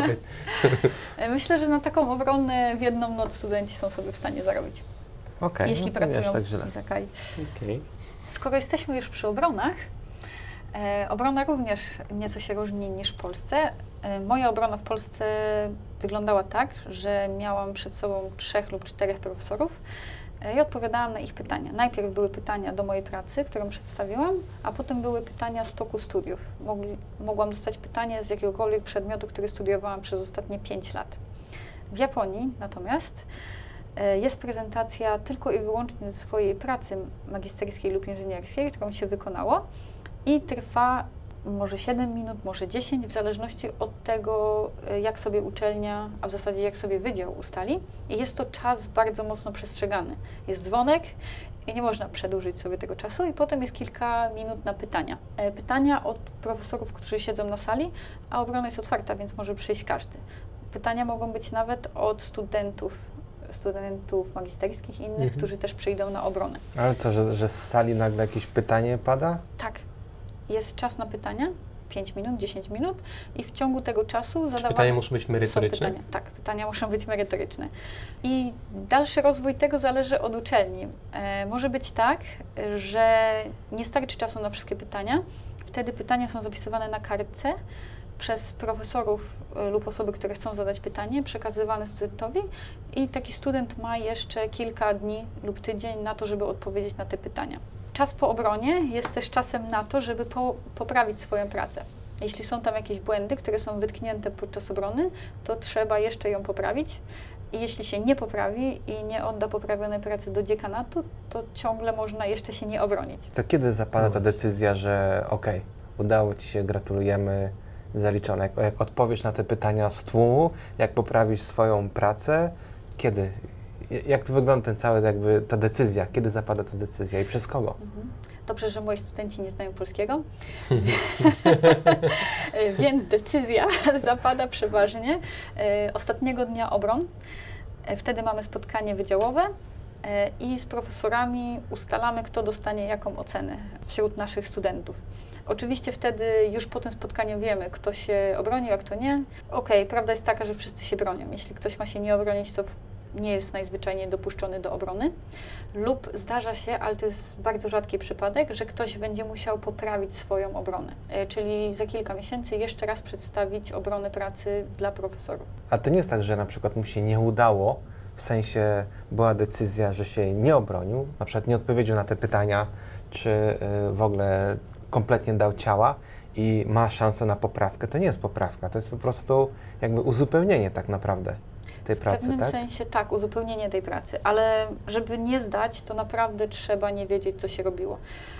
Myślę, że na taką obronę w jedną noc studenci są sobie w stanie zarobić. Okej, jeśli no to nie pracują jest tak źle. w Izakai. Okay. Skoro jesteśmy już przy obronach, obrona również nieco się różni niż w Polsce. Moja obrona w Polsce wyglądała tak, że miałam przed sobą 3 lub 4 profesorów i odpowiadałam na ich pytania. Najpierw były pytania do mojej pracy, którą przedstawiłam, a potem były pytania z toku studiów. Mogłam dostać pytanie z jakiegokolwiek przedmiotu, który studiowałam przez ostatnie 5 lat. W Japonii natomiast jest prezentacja tylko i wyłącznie ze swojej pracy magisterskiej lub inżynierskiej, którą się wykonało i trwa może 7 minut, może 10, w zależności od tego, jak sobie uczelnia, a w zasadzie jak sobie wydział ustali. I jest to czas bardzo mocno przestrzegany. Jest dzwonek i nie można przedłużyć sobie tego czasu i potem jest kilka minut na pytania. Pytania od profesorów, którzy siedzą na sali, a obrona jest otwarta, więc może przyjść każdy. Pytania mogą być nawet od studentów magisterskich i innych, którzy też przyjdą na obronę. Ale co, że z sali nagle jakieś pytanie pada? Tak. Jest czas na pytania, 5 minut, 10 minut i w ciągu tego czasu zadawane pytania muszą być merytoryczne? Pytania. Tak, pytania muszą być merytoryczne. I dalszy rozwój tego zależy od uczelni. Może być tak, że nie starczy czasu na wszystkie pytania. Wtedy pytania są zapisywane na kartce przez profesorów lub osoby, które chcą zadać pytanie, przekazywane studentowi i taki student ma jeszcze kilka dni lub tydzień na to, żeby odpowiedzieć na te pytania. Czas po obronie jest też czasem na to, żeby poprawić swoją pracę. Jeśli są tam jakieś błędy, które są wytknięte podczas obrony, to trzeba jeszcze ją poprawić. I jeśli się nie poprawi i nie odda poprawionej pracy do dziekanatu, to ciągle można jeszcze się nie obronić. To kiedy zapada ta decyzja, że okej, udało ci się, gratulujemy, zaliczone? Jak odpowiesz na te pytania z tłumu, jak poprawisz swoją pracę, kiedy? Jak to wygląda ten cały, jakby ta decyzja? Kiedy zapada ta decyzja i przez kogo? Dobrze, że moi studenci nie znają polskiego, więc decyzja zapada przeważnie ostatniego dnia obron. Wtedy mamy spotkanie wydziałowe i z profesorami ustalamy, kto dostanie jaką ocenę wśród naszych studentów. Oczywiście wtedy już po tym spotkaniu wiemy, kto się obronił, a kto nie. Okej, prawda jest taka, że wszyscy się bronią. Jeśli ktoś ma się nie obronić, to nie jest najzwyczajniej dopuszczony do obrony. Lub zdarza się, ale to jest bardzo rzadki przypadek, że ktoś będzie musiał poprawić swoją obronę. Czyli za kilka miesięcy jeszcze raz przedstawić obronę pracy dla profesorów. A to nie jest tak, że na przykład mu się nie udało, w sensie była decyzja, że się nie obronił, na przykład nie odpowiedział na te pytania, czy w ogóle kompletnie dał ciała i ma szansę na poprawkę. To nie jest poprawka, to jest po prostu jakby uzupełnienie tak naprawdę tej pracy, W pewnym tak? sensie tak, uzupełnienie tej pracy, ale żeby nie zdać, to naprawdę trzeba nie wiedzieć, co się robiło.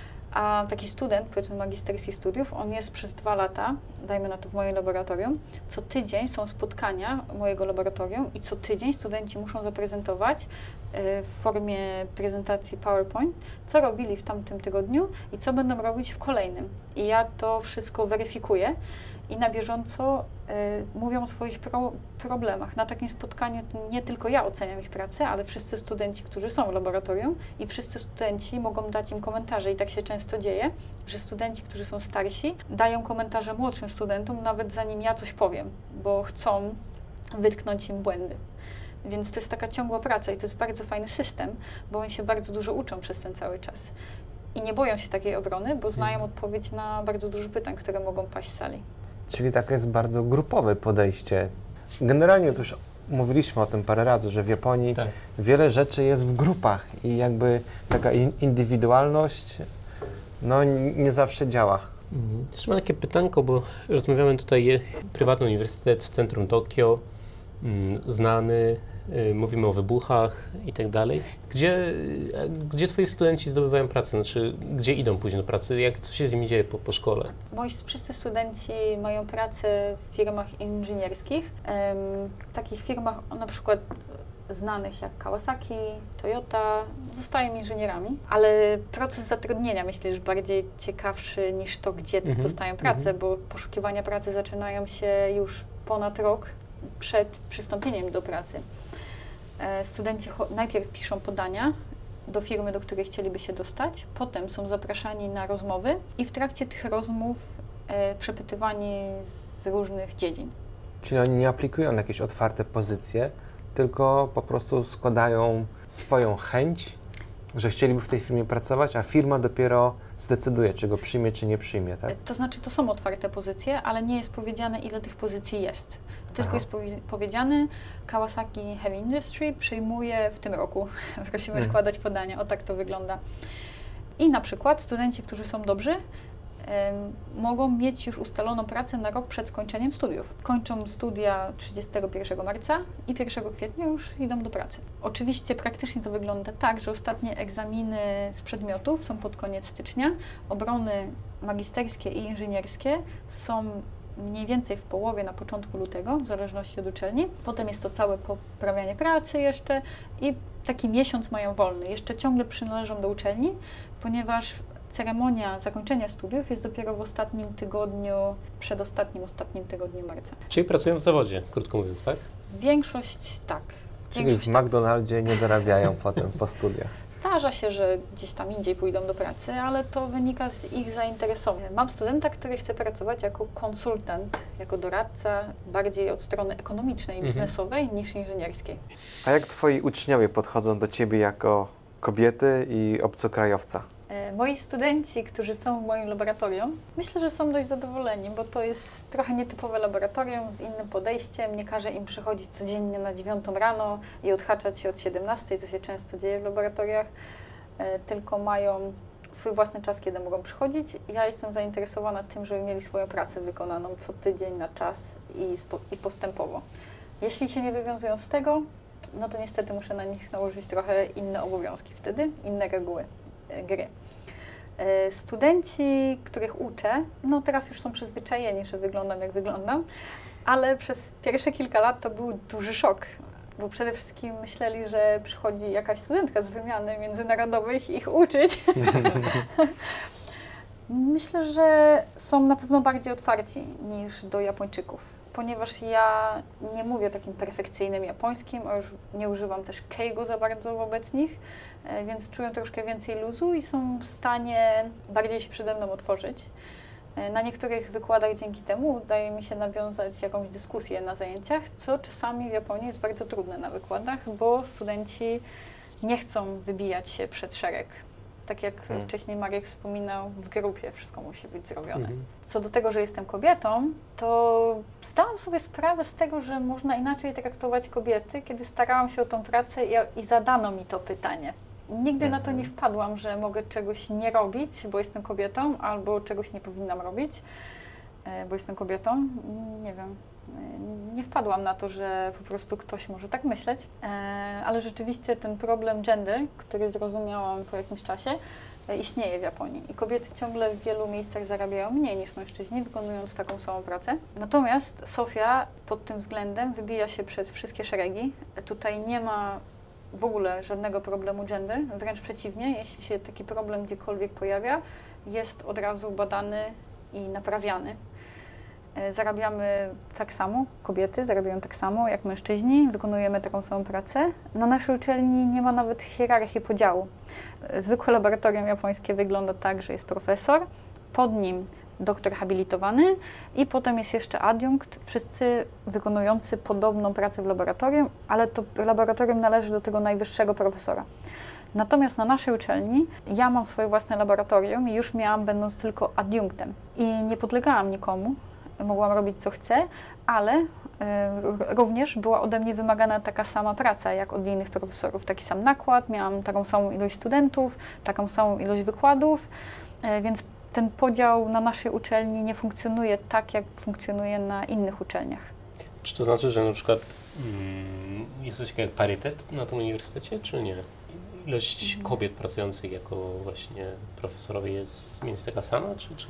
A taki student, powiedzmy magisterskich studiów, on jest przez 2 lata, dajmy na to w moim laboratorium, co tydzień są spotkania mojego laboratorium i co tydzień studenci muszą zaprezentować w formie prezentacji PowerPoint, co robili w tamtym tygodniu i co będą robić w kolejnym. I ja to wszystko weryfikuję i na bieżąco mówią o swoich problemach. Na takim spotkaniu nie tylko ja oceniam ich pracę, ale wszyscy studenci, którzy są w laboratorium i wszyscy studenci mogą dać im komentarze. I tak się często dzieje, że studenci, którzy są starsi, dają komentarze młodszym studentom, nawet zanim ja coś powiem, bo chcą wytknąć im błędy. Więc to jest taka ciągła praca i to jest bardzo fajny system, bo oni się bardzo dużo uczą przez ten cały czas. I nie boją się takiej obrony, bo znają odpowiedź na bardzo dużo pytań, które mogą paść z sali. Czyli takie jest bardzo grupowe podejście. Generalnie to już mówiliśmy o tym parę razy, że w Japonii Tak. wiele rzeczy jest w grupach i jakby taka indywidualność nie zawsze działa. Też mam takie pytanko, bo rozmawiamy tutaj prywatny uniwersytet w centrum Tokio, znany, mówimy o wybuchach i tak dalej. Gdzie twoi studenci zdobywają pracę? Znaczy, gdzie idą później do pracy? Co się z nimi dzieje po szkole? Moi wszyscy studenci mają pracę w firmach inżynierskich. Takich firmach na przykład znanych jak Kawasaki, Toyota, zostają inżynierami, ale proces zatrudnienia myślę, że bardziej ciekawszy niż to, gdzie dostają pracę, bo poszukiwania pracy zaczynają się już ponad rok przed przystąpieniem do pracy. Studenci najpierw piszą podania do firmy, do której chcieliby się dostać, potem są zapraszani na rozmowy i w trakcie tych rozmów przepytywani z różnych dziedzin. Czyli oni nie aplikują na jakieś otwarte pozycje, tylko po prostu składają swoją chęć, że chcieliby w tej firmie pracować, a firma dopiero zdecyduje, czy go przyjmie, czy nie przyjmie, tak? To znaczy, to są otwarte pozycje, ale nie jest powiedziane, ile tych pozycji jest. Tylko jest powiedziane, Kawasaki Heavy Industry przyjmuje w tym roku. Prosimy składać podania. O tak to wygląda. I na przykład studenci, którzy są dobrzy, mogą mieć już ustaloną pracę na rok przed skończeniem studiów. Kończą studia 31 marca i 1 kwietnia już idą do pracy. Oczywiście praktycznie to wygląda tak, że ostatnie egzaminy z przedmiotów są pod koniec stycznia. Obrony magisterskie i inżynierskie są mniej więcej w połowie, na początku lutego, w zależności od uczelni. Potem jest to całe poprawianie pracy jeszcze i taki miesiąc mają wolny. Jeszcze ciągle przynależą do uczelni, ponieważ ceremonia zakończenia studiów jest dopiero w ostatnim tygodniu, ostatnim tygodniu marca. Czyli pracują w zawodzie, krótko mówiąc, tak? Większość tak. Czyli w McDonaldzie nie dorabiają potem po studiach. Zdarza się, że gdzieś tam indziej pójdą do pracy, ale to wynika z ich zainteresowań. Mam studenta, który chce pracować jako konsultant, jako doradca, bardziej od strony ekonomicznej i biznesowej niż inżynierskiej. A jak twoi uczniowie podchodzą do ciebie jako kobiety i obcokrajowca? Moi studenci, którzy są w moim laboratorium, myślę, że są dość zadowoleni, bo to jest trochę nietypowe laboratorium z innym podejściem. Nie każę im przychodzić codziennie na 9 rano i odhaczać się od 17, co się często dzieje w laboratoriach, tylko mają swój własny czas, kiedy mogą przychodzić. Ja jestem zainteresowana tym, żeby mieli swoją pracę wykonaną co tydzień na czas i postępowo. Jeśli się nie wywiązują z tego, no to niestety muszę na nich nałożyć trochę inne obowiązki wtedy, inne reguły gry. Studenci, których uczę, no teraz już są przyzwyczajeni, że wyglądam jak wyglądam, ale przez pierwsze kilka lat to był duży szok, bo przede wszystkim myśleli, że przychodzi jakaś studentka z wymiany międzynarodowej i ich uczyć. Myślę, że są na pewno bardziej otwarci niż do Japończyków, ponieważ ja nie mówię takim perfekcyjnym japońskim, a już nie używam też keigo za bardzo wobec nich, więc czują troszkę więcej luzu i są w stanie bardziej się przede mną otworzyć. Na niektórych wykładach dzięki temu udaje mi się nawiązać jakąś dyskusję na zajęciach, co czasami w Japonii jest bardzo trudne na wykładach, bo studenci nie chcą wybijać się przed szereg. Tak jak wcześniej Marek wspominał, w grupie wszystko musi być zrobione. Co do tego, że jestem kobietą, to zdałam sobie sprawę z tego, że można inaczej traktować kobiety, kiedy starałam się o tą pracę i zadano mi to pytanie. Nigdy na to nie wpadłam, że mogę czegoś nie robić, bo jestem kobietą, albo czegoś nie powinnam robić, bo jestem kobietą. Nie wiem. Nie wpadłam na to, że po prostu ktoś może tak myśleć, ale rzeczywiście ten problem gender, który zrozumiałam po jakimś czasie, istnieje w Japonii i kobiety ciągle w wielu miejscach zarabiają mniej niż mężczyźni, wykonując taką samą pracę. Natomiast Sofia pod tym względem wybija się przez wszystkie szeregi. Tutaj nie ma w ogóle żadnego problemu gender, wręcz przeciwnie, jeśli się taki problem gdziekolwiek pojawia, jest od razu badany i naprawiany. Zarabiamy tak samo, kobiety zarabiają tak samo jak mężczyźni, wykonujemy taką samą pracę. Na naszej uczelni nie ma nawet hierarchii podziału. Zwykłe laboratorium japońskie wygląda tak, że jest profesor, pod nim doktor habilitowany i potem jest jeszcze adiunkt, wszyscy wykonujący podobną pracę w laboratorium, ale to laboratorium należy do tego najwyższego profesora. Natomiast na naszej uczelni ja mam swoje własne laboratorium i już miałam, będąc tylko adiunktem. I nie podlegałam nikomu, mogłam robić co chcę, ale również była ode mnie wymagana taka sama praca jak od innych profesorów. Taki sam nakład, miałam taką samą ilość studentów, taką samą ilość wykładów, więc ten podział na naszej uczelni nie funkcjonuje tak, jak funkcjonuje na innych uczelniach. Czy to znaczy, że na przykład jest coś takiego jak parytet na tym uniwersytecie, czy nie? Ilość kobiet pracujących jako właśnie profesorowie jest mniej więcej taka sama, czy...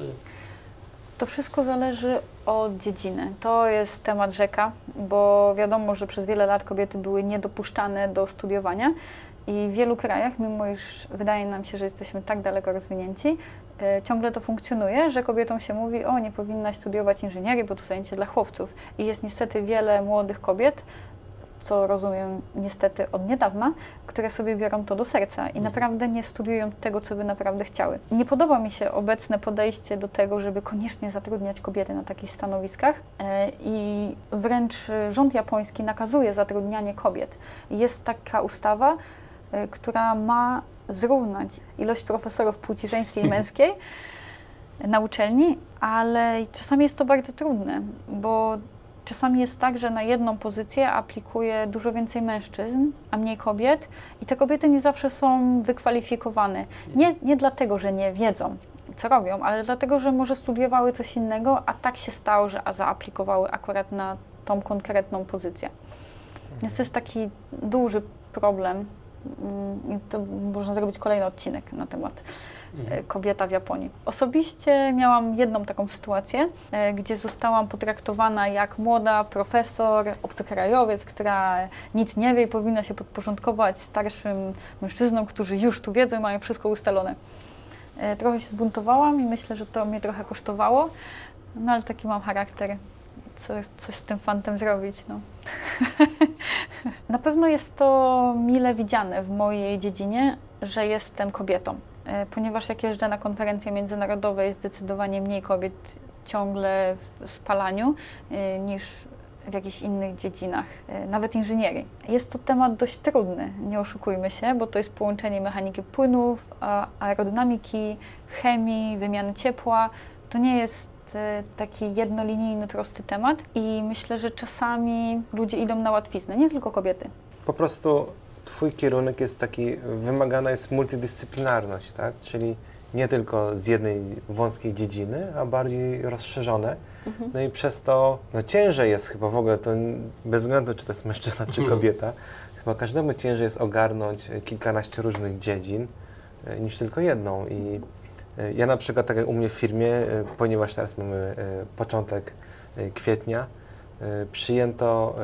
To wszystko zależy od dziedziny. To jest temat rzeka, bo wiadomo, że przez wiele lat kobiety były niedopuszczane do studiowania i w wielu krajach, mimo iż wydaje nam się, że jesteśmy tak daleko rozwinięci, ciągle to funkcjonuje, że kobietom się mówi, o nie powinnaś studiować inżynierii, bo to zajęcie dla chłopców. I jest niestety wiele młodych kobiet, co rozumiem niestety od niedawna, które sobie biorą to do serca i naprawdę nie studiują tego, co by naprawdę chciały. Nie podoba mi się obecne podejście do tego, żeby koniecznie zatrudniać kobiety na takich stanowiskach i wręcz rząd japoński nakazuje zatrudnianie kobiet. Jest taka ustawa, która ma zrównać ilość profesorów płci żeńskiej i męskiej na uczelni, ale czasami jest to bardzo trudne, bo czasami jest tak, że na jedną pozycję aplikuje dużo więcej mężczyzn, a mniej kobiet i te kobiety nie zawsze są wykwalifikowane. Nie dlatego, że nie wiedzą, co robią, ale dlatego, że może studiowały coś innego, a tak się stało, że zaaplikowały akurat na tą konkretną pozycję. Więc to jest taki duży problem. I to można zrobić kolejny odcinek na temat kobieta w Japonii. Osobiście miałam jedną taką sytuację, gdzie zostałam potraktowana jak młoda profesor, obcokrajowiec, która nic nie wie i powinna się podporządkować starszym mężczyznom, którzy już tu wiedzą i mają wszystko ustalone. Trochę się zbuntowałam i myślę, że to mnie trochę kosztowało, no ale taki mam charakter. Coś z tym fantem zrobić. No. Na pewno jest to mile widziane w mojej dziedzinie, że jestem kobietą, ponieważ jak jeżdżę na konferencje międzynarodowe, jest zdecydowanie mniej kobiet ciągle w spalaniu niż w jakichś innych dziedzinach, nawet inżynierii. Jest to temat dość trudny, nie oszukujmy się, bo to jest połączenie mechaniki płynów, aerodynamiki, chemii, wymiany ciepła. To nie jest taki jednolinijny, prosty temat i myślę, że czasami ludzie idą na łatwiznę, nie tylko kobiety. Po prostu twój kierunek jest taki, wymagana jest multidyscyplinarność, tak? Czyli nie tylko z jednej wąskiej dziedziny, a bardziej rozszerzone. No i przez to ciężej jest chyba w ogóle, to bez względu czy to jest mężczyzna czy kobieta, chyba każdemu ciężej jest ogarnąć kilkanaście różnych dziedzin niż tylko jedną. I Ja na przykład, tak jak u mnie w firmie, ponieważ teraz mamy początek kwietnia, przyjęto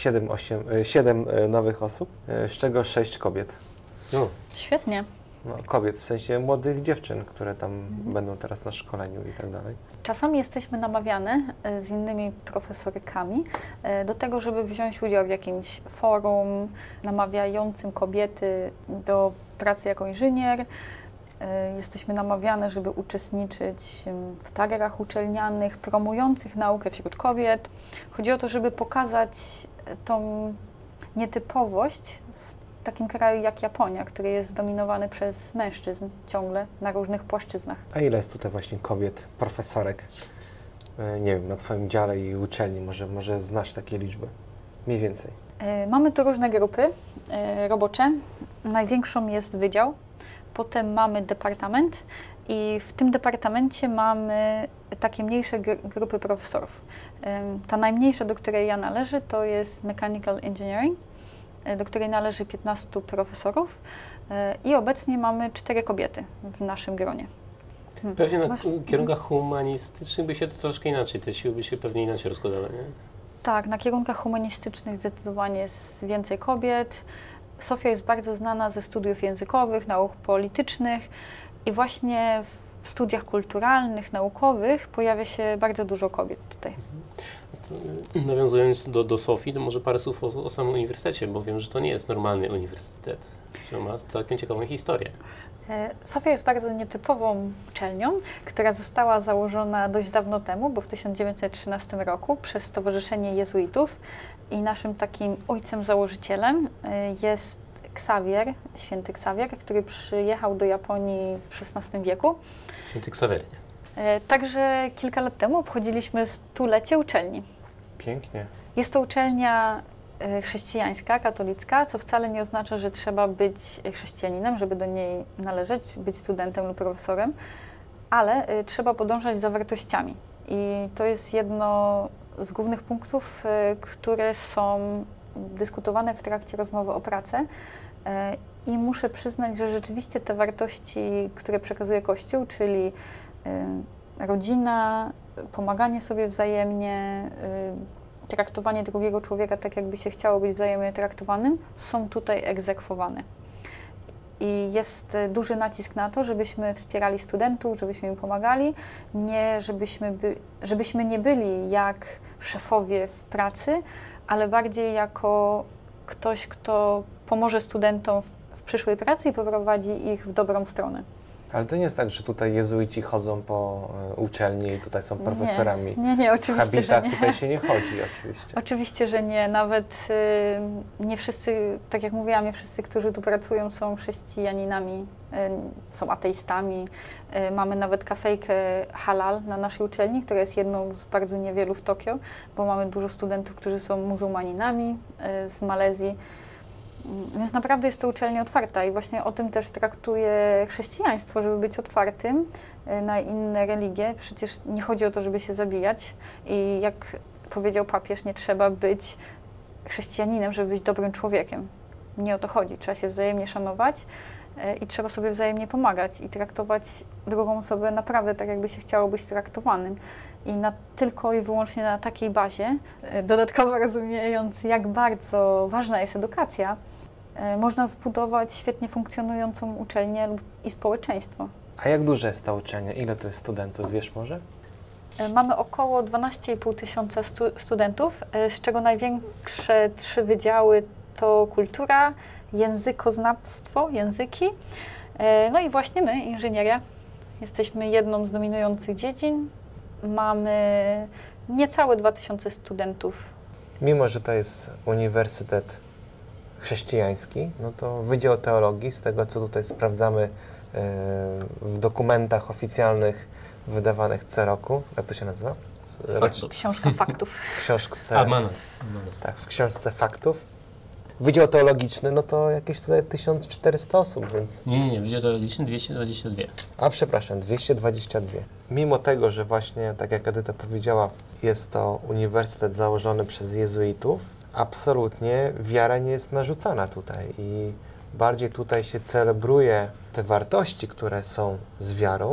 7 nowych osób, z czego 6 kobiet. No, Świetnie. No, kobiet, w sensie młodych dziewczyn, które tam będą teraz na szkoleniu i tak dalej. Czasami jesteśmy namawiane z innymi profesorkami do tego, żeby wziąć udział w jakimś forum namawiającym kobiety do pracy jako inżynier. Jesteśmy namawiane, żeby uczestniczyć w targach uczelnianych promujących naukę wśród kobiet. Chodzi o to, żeby pokazać tą nietypowość w takim kraju jak Japonia, który jest zdominowany przez mężczyzn ciągle na różnych płaszczyznach. A ile jest tutaj właśnie kobiet, profesorek? Nie wiem, na Twoim dziale i uczelni, może znasz takie liczby? Mniej więcej. Mamy tu różne grupy robocze. Największą jest wydział, potem mamy departament i w tym departamencie mamy takie mniejsze grupy profesorów. Ta najmniejsza, do której ja należę, to jest Mechanical Engineering, do której należy 15 profesorów i obecnie mamy 4 kobiety w naszym gronie. pewnie na kierunkach humanistycznych by się to troszkę inaczej, te siły by się pewnie inaczej rozkładały, nie? Tak, na kierunkach humanistycznych zdecydowanie jest więcej kobiet. Sofia jest bardzo znana ze studiów językowych, nauk politycznych i właśnie w studiach kulturalnych, naukowych pojawia się bardzo dużo kobiet tutaj. Nawiązując do Sofii, to może parę słów o samym uniwersytecie, bo wiem, że to nie jest normalny uniwersytet, że ma całkiem ciekawą historię. Sofia jest bardzo nietypową uczelnią, która została założona dość dawno temu, bo w 1913 roku przez Stowarzyszenie Jezuitów i naszym takim ojcem założycielem jest Ksawier, święty Ksawier, który przyjechał do Japonii w XVI wieku. Święty Ksawery. Także kilka lat temu obchodziliśmy stulecie uczelni. Pięknie. Jest to uczelnia chrześcijańska, katolicka, co wcale nie oznacza, że trzeba być chrześcijaninem, żeby do niej należeć, być studentem lub profesorem, ale trzeba podążać za wartościami. I to jest jedno z głównych punktów, które są dyskutowane w trakcie rozmowy o pracę. I muszę przyznać, że rzeczywiście te wartości, które przekazuje Kościół, czyli rodzina, pomaganie sobie wzajemnie, traktowanie drugiego człowieka tak, jakby się chciało być wzajemnie traktowanym, są tutaj egzekwowane. I jest duży nacisk na to, żebyśmy wspierali studentów, żebyśmy im pomagali, nie żebyśmy nie byli jak szefowie w pracy, ale bardziej jako ktoś, kto pomoże studentom w przyszłej pracy i poprowadzi ich w dobrą stronę. Ale to nie jest tak, że tutaj jezuici chodzą po uczelni i tutaj są profesorami. Nie, oczywiście, w habitach że nie. tutaj się nie chodzi, oczywiście. Oczywiście, że nie. Nawet nie wszyscy, tak jak mówiłam, nie wszyscy, którzy tu pracują, są chrześcijaninami, są ateistami. Mamy nawet kafejkę halal na naszej uczelni, która jest jedną z bardzo niewielu w Tokio, bo mamy dużo studentów, którzy są muzułmaninami z Malezji. Więc naprawdę jest to uczelnia otwarta i właśnie o tym też traktuje chrześcijaństwo, żeby być otwartym na inne religie. Przecież nie chodzi o to, żeby się zabijać i jak powiedział papież, nie trzeba być chrześcijaninem, żeby być dobrym człowiekiem. Nie o to chodzi. Trzeba się wzajemnie szanować i trzeba sobie wzajemnie pomagać i traktować drugą osobę naprawdę tak, jakby się chciało być traktowanym. I tylko i wyłącznie na takiej bazie, dodatkowo rozumiejąc, jak bardzo ważna jest edukacja, można zbudować świetnie funkcjonującą uczelnię i społeczeństwo. A jak duża jest ta uczelnia? Ile to jest studentów, wiesz może? Mamy około 12,5 tysiąca studentów, z czego największe 3 wydziały to kultura, językoznawstwo, języki, no i właśnie my, inżynieria. Jesteśmy jedną z dominujących dziedzin. Mamy niecałe 2000 studentów. Mimo że to jest uniwersytet chrześcijański, no to Wydział Teologii, z tego co tutaj sprawdzamy w dokumentach oficjalnych wydawanych co roku, jak to się nazywa? Książka faktów. Tak, w książce faktów. Wydział Teologiczny, no to jakieś tutaj 1400 osób, więc... Nie, Wydział Teologiczny 222. A przepraszam, 222. Mimo tego, że właśnie, tak jak Edyta powiedziała, jest to uniwersytet założony przez jezuitów, absolutnie wiara nie jest narzucana tutaj i bardziej tutaj się celebruje te wartości, które są z wiarą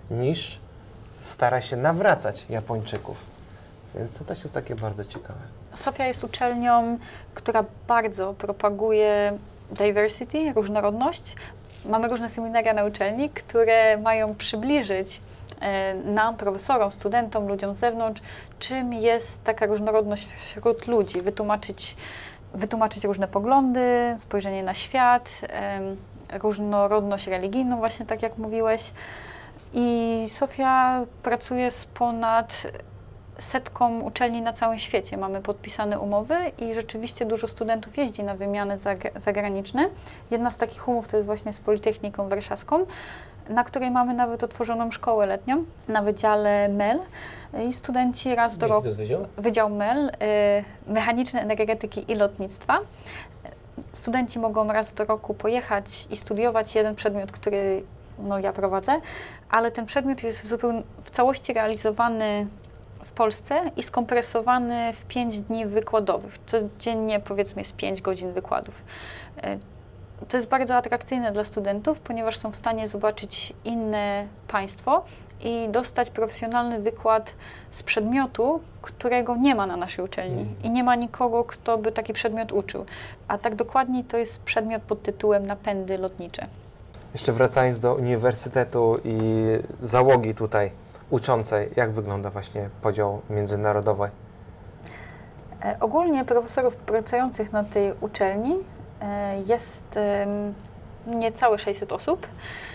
niż stara się nawracać Japończyków. Więc to też jest takie bardzo ciekawe. Sofia jest uczelnią, która bardzo propaguje diversity, różnorodność. Mamy różne seminaria na uczelni, które mają przybliżyć nam, profesorom, studentom, ludziom z zewnątrz, czym jest taka różnorodność wśród ludzi, wytłumaczyć różne poglądy, spojrzenie na świat, różnorodność religijną, właśnie tak jak mówiłeś. I Sofia pracuje z ponad 100 uczelni na całym świecie. Mamy podpisane umowy i rzeczywiście dużo studentów jeździ na wymiany zagraniczne. Jedna z takich umów to jest właśnie z Politechniką Warszawską, na której mamy nawet otworzoną szkołę letnią na Wydziale MEL i studenci raz do roku... To jest wydział? Wydział MEL, Mechanicznej Energetyki i Lotnictwa. Studenci mogą raz do roku pojechać i studiować jeden przedmiot, który ja prowadzę, ale ten przedmiot jest w całości realizowany w Polsce i skompresowany w 5 dni wykładowych. Codziennie powiedzmy jest 5 godzin wykładów. To jest bardzo atrakcyjne dla studentów, ponieważ są w stanie zobaczyć inne państwo i dostać profesjonalny wykład z przedmiotu, którego nie ma na naszej uczelni i nie ma nikogo, kto by taki przedmiot uczył. A tak dokładniej to jest przedmiot pod tytułem napędy lotnicze. Jeszcze wracając do uniwersytetu i załogi tutaj uczącej, jak wygląda właśnie podział międzynarodowy? Ogólnie profesorów pracujących na tej uczelni jest niecałe 600 osób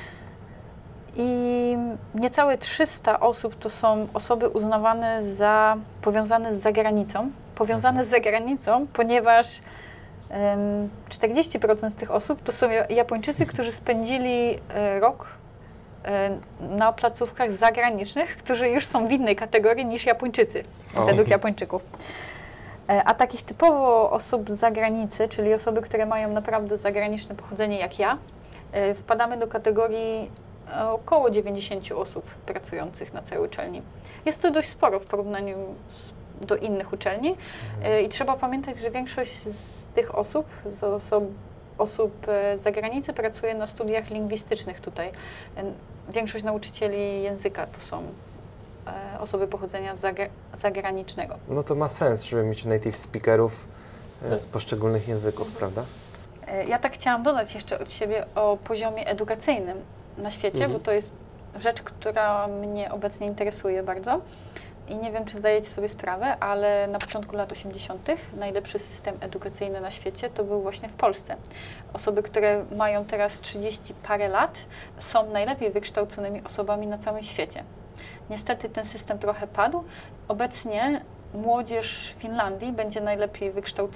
i niecałe 300 osób to są osoby uznawane za powiązane z zagranicą. Powiązane z zagranicą, ponieważ 40% z tych osób to są Japończycy, którzy spędzili rok na placówkach zagranicznych, którzy już są w innej kategorii niż Japończycy, według Japończyków. A takich typowo osób z zagranicy, czyli osoby, które mają naprawdę zagraniczne pochodzenie jak ja, wpadamy do kategorii około 90 osób pracujących na całej uczelni. Jest to dość sporo w porównaniu do innych uczelni i trzeba pamiętać, że większość z tych osób, osób z zagranicy pracuje na studiach lingwistycznych tutaj. Większość nauczycieli języka to są osoby pochodzenia zagranicznego. No to ma sens, żeby mieć native speakerów z poszczególnych języków, prawda? Ja tak chciałam dodać jeszcze od siebie o poziomie edukacyjnym na świecie, bo to jest rzecz, która mnie obecnie interesuje bardzo. I nie wiem, czy zdajecie sobie sprawę, ale na początku lat 80. najlepszy system edukacyjny na świecie to był właśnie w Polsce. Osoby, które mają teraz 30 parę lat, są najlepiej wykształconymi osobami na całym świecie. Niestety ten system trochę padł. Obecnie młodzież Finlandii będzie najlepiej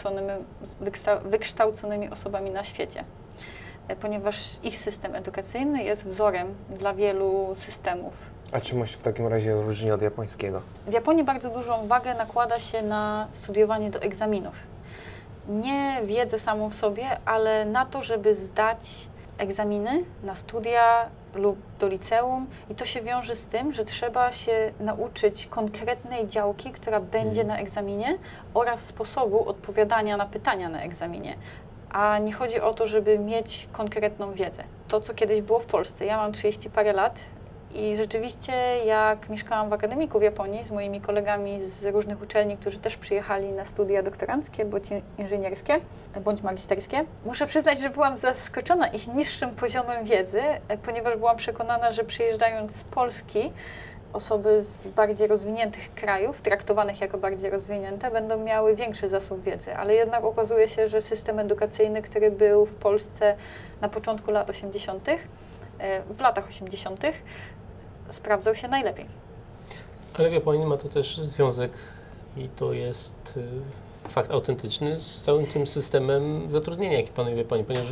wykształconymi osobami na świecie, ponieważ ich system edukacyjny jest wzorem dla wielu systemów. A czym on się w takim razie różni od japońskiego? W Japonii bardzo dużą wagę nakłada się na studiowanie do egzaminów. Nie wiedzę samą w sobie, ale na to, żeby zdać egzaminy na studia lub do liceum i to się wiąże z tym, że trzeba się nauczyć konkretnej działki, która będzie na egzaminie oraz sposobu odpowiadania na pytania na egzaminie. A nie chodzi o to, żeby mieć konkretną wiedzę. To, co kiedyś było w Polsce. Ja mam 30 parę lat i rzeczywiście jak mieszkałam w akademiku w Japonii z moimi kolegami z różnych uczelni, którzy też przyjechali na studia doktoranckie, bądź inżynierskie, bądź magisterskie, muszę przyznać, że byłam zaskoczona ich niższym poziomem wiedzy, ponieważ byłam przekonana, że przyjeżdżając z Polski osoby z bardziej rozwiniętych krajów, traktowanych jako bardziej rozwinięte, będą miały większy zasób wiedzy, ale jednak okazuje się, że system edukacyjny, który był w Polsce na początku lat 80., w latach 80. sprawdzał się najlepiej. Ale w Japonii ma to też związek i to jest fakt autentyczny z całym tym systemem zatrudnienia, jaki panuje w Japonii, ponieważ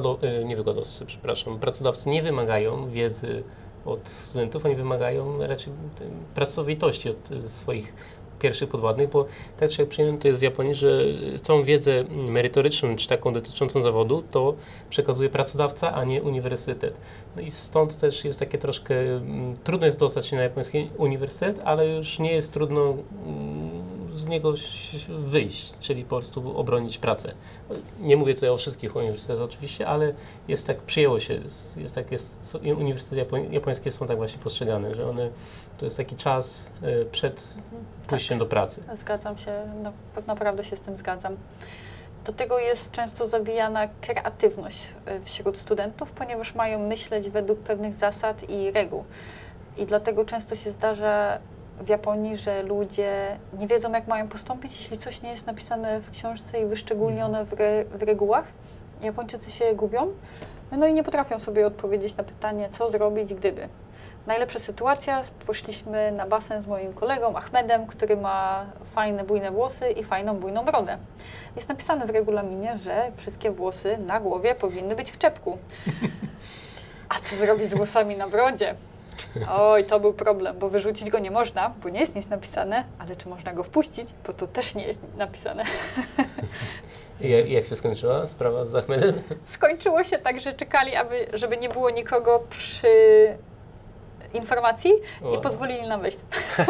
pracodawcy nie wymagają wiedzy od studentów, oni wymagają raczej pracowitości od swoich pierwszych podwładnych, bo tak czy jak przyjęto jest w Japonii, że całą wiedzę merytoryczną, czy taką dotyczącą zawodu, to przekazuje pracodawca, a nie uniwersytet. No i stąd też jest takie troszkę, trudno jest dostać się na japoński uniwersytet, ale już nie jest trudno z niego wyjść, czyli po prostu obronić pracę. Nie mówię tutaj o wszystkich uniwersytetach oczywiście, ale jest tak, przyjęło się, uniwersytety japońskie są tak właśnie postrzegane, że to jest taki czas przed pójściem do pracy. Zgadzam się, no, naprawdę się z tym zgadzam. Do tego jest często zawijana kreatywność wśród studentów, ponieważ mają myśleć według pewnych zasad i reguł. I dlatego często się zdarza w Japonii, że ludzie nie wiedzą, jak mają postąpić, jeśli coś nie jest napisane w książce i wyszczególnione w regułach. Japończycy się gubią, no i nie potrafią sobie odpowiedzieć na pytanie, co zrobić, gdyby. Najlepsza sytuacja, poszliśmy na basen z moim kolegą Ahmedem, który ma fajne, bujne włosy i fajną, bujną brodę. Jest napisane w regulaminie, że wszystkie włosy na głowie powinny być w czepku. A co zrobić z włosami na brodzie? Oj, to był problem, bo wyrzucić go nie można, bo nie jest nic napisane, ale czy można go wpuścić, bo to też nie jest napisane. Jak się skończyła sprawa z Ahmedem? Skończyło się tak, że czekali, żeby nie było nikogo przy informacji i pozwolili nam wejść.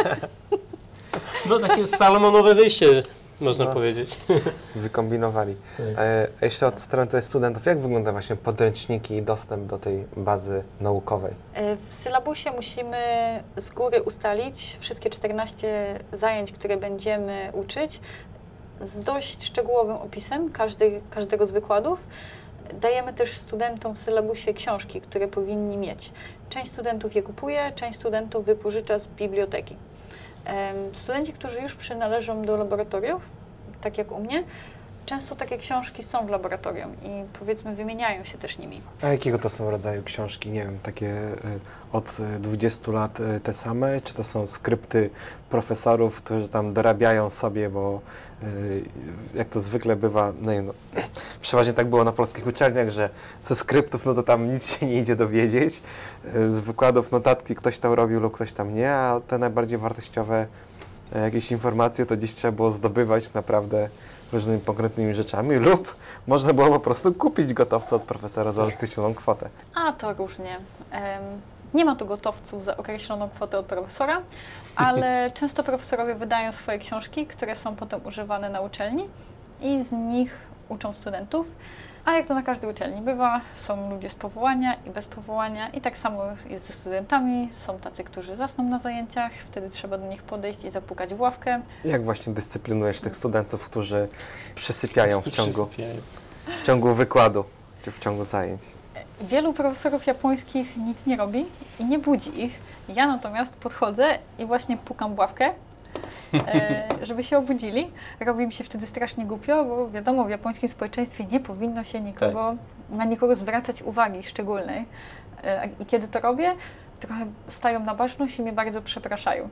No takie salomonowe wyjście, można powiedzieć. Wykombinowali. Tak. A jeszcze od strony tutaj studentów, jak wygląda właśnie podręczniki i dostęp do tej bazy naukowej? W sylabusie musimy z góry ustalić wszystkie 14 zajęć, które będziemy uczyć, z dość szczegółowym opisem każdego z wykładów. Dajemy też studentom w sylabusie książki, które powinni mieć. Część studentów je kupuje, część studentów wypożycza z biblioteki. Studenci, którzy już przynależą do laboratoriów, tak jak u mnie, często takie książki są w laboratorium i powiedzmy wymieniają się też nimi. A jakiego to są rodzaju książki? Nie wiem, takie od 20 lat te same? Czy to są skrypty profesorów, którzy tam dorabiają sobie, bo jak to zwykle bywa, no, nie, no przeważnie tak było na polskich uczelniach, że ze skryptów, no to tam nic się nie idzie dowiedzieć. Z wykładów, notatki ktoś tam robił lub ktoś tam nie, a te najbardziej wartościowe jakieś informacje to gdzieś trzeba było zdobywać naprawdę różnymi konkretnymi rzeczami lub można było po prostu kupić gotowce od profesora za określoną kwotę. A to różnie. Nie ma tu gotowców za określoną kwotę od profesora, ale często profesorowie wydają swoje książki, które są potem używane na uczelni i z nich uczą studentów. A jak to na każdej uczelni bywa, są ludzie z powołania i bez powołania i tak samo jest ze studentami. Są tacy, którzy zasną na zajęciach, wtedy trzeba do nich podejść i zapukać w ławkę. Jak właśnie dyscyplinujesz tych studentów, którzy przysypiają w ciągu wykładu czy w ciągu zajęć? Wielu profesorów japońskich nic nie robi i nie budzi ich. Ja natomiast podchodzę i właśnie pukam w ławkę, żeby się obudzili. Robi mi się wtedy strasznie głupio, bo wiadomo, w japońskim społeczeństwie nie powinno się na nikogo zwracać uwagi szczególnej. I kiedy to robię, trochę stają na baczność i mnie bardzo przepraszają.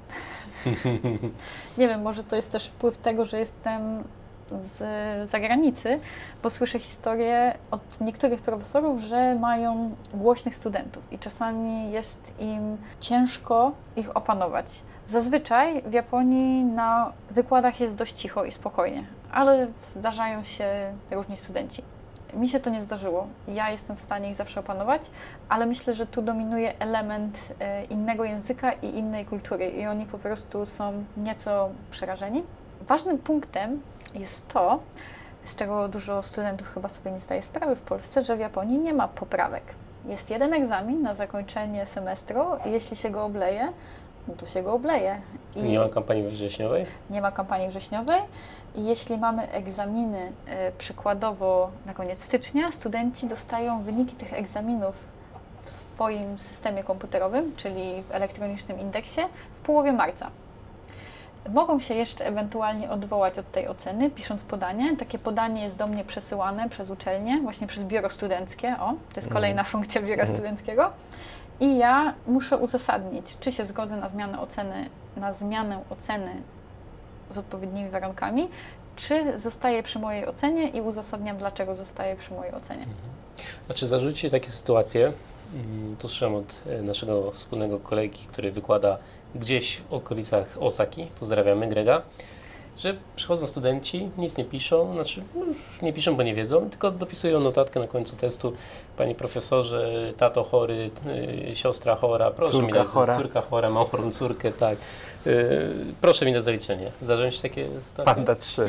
Nie wiem, może to jest też wpływ tego, że jestem z zagranicy, bo słyszę historie od niektórych profesorów, że mają głośnych studentów i czasami jest im ciężko ich opanować. Zazwyczaj w Japonii na wykładach jest dość cicho i spokojnie, ale zdarzają się różni studenci. Mi się to nie zdarzyło. Ja jestem w stanie ich zawsze opanować, ale myślę, że tu dominuje element innego języka i innej kultury i oni po prostu są nieco przerażeni. Ważnym punktem jest to, z czego dużo studentów chyba sobie nie zdaje sprawy w Polsce, że w Japonii nie ma poprawek. Jest jeden egzamin na zakończenie semestru i jeśli się go obleje, no to się go obleje. I nie ma kampanii wrześniowej? Nie ma kampanii wrześniowej i jeśli mamy egzaminy przykładowo na koniec stycznia, studenci dostają wyniki tych egzaminów w swoim systemie komputerowym, czyli w elektronicznym indeksie w połowie marca. Mogą się jeszcze ewentualnie odwołać od tej oceny, pisząc podanie. Takie podanie jest do mnie przesyłane przez uczelnię, właśnie przez biuro studenckie. O, to jest kolejna funkcja biura studenckiego. I ja muszę uzasadnić, czy się zgodzę na zmianę oceny z odpowiednimi warunkami, czy zostaję przy mojej ocenie i uzasadniam, dlaczego zostaję przy mojej ocenie. Znaczy, zarzucicie takie sytuacje, to słyszałem od naszego wspólnego kolegi, który wykłada gdzieś w okolicach Osaki, pozdrawiamy Grega, że przychodzą studenci, nic nie piszą, znaczy nie piszą, bo nie wiedzą, tylko dopisują notatkę na końcu testu. Panie profesorze, tato chory, siostra chora, proszę Córka mi dać, chora. córka chora, mam chorą córkę, tak. Proszę mi dać zaliczenie. Zdarzają się takie sytuacje? Panda 3.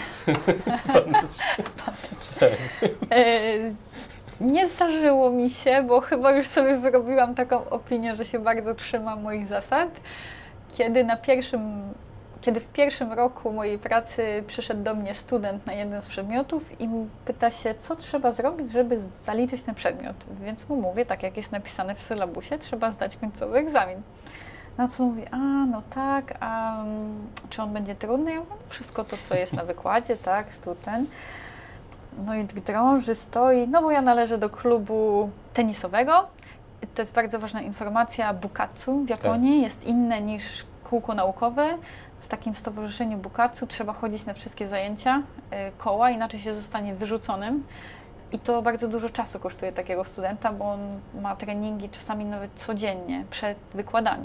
Nie zdarzyło mi się, bo chyba już sobie wyrobiłam taką opinię, że się bardzo trzymam moich zasad. Kiedy w pierwszym roku mojej pracy przyszedł do mnie student na jeden z przedmiotów i pyta się, co trzeba zrobić, żeby zaliczyć ten przedmiot. Więc mu mówię, tak jak jest napisane w sylabusie, trzeba zdać końcowy egzamin. Na co mówi, no tak, a czy on będzie trudny? Ja mówię, wszystko to, co jest na wykładzie, tak, ten. No i drąży, stoi, no bo ja należę do klubu tenisowego. To jest bardzo ważna informacja, bukatsu w Japonii jest inne niż kółko naukowe. W takim stowarzyszeniu bukatsu trzeba chodzić na wszystkie zajęcia koła, inaczej się zostanie wyrzuconym. I to bardzo dużo czasu kosztuje takiego studenta, bo on ma treningi czasami nawet codziennie przed wykładami.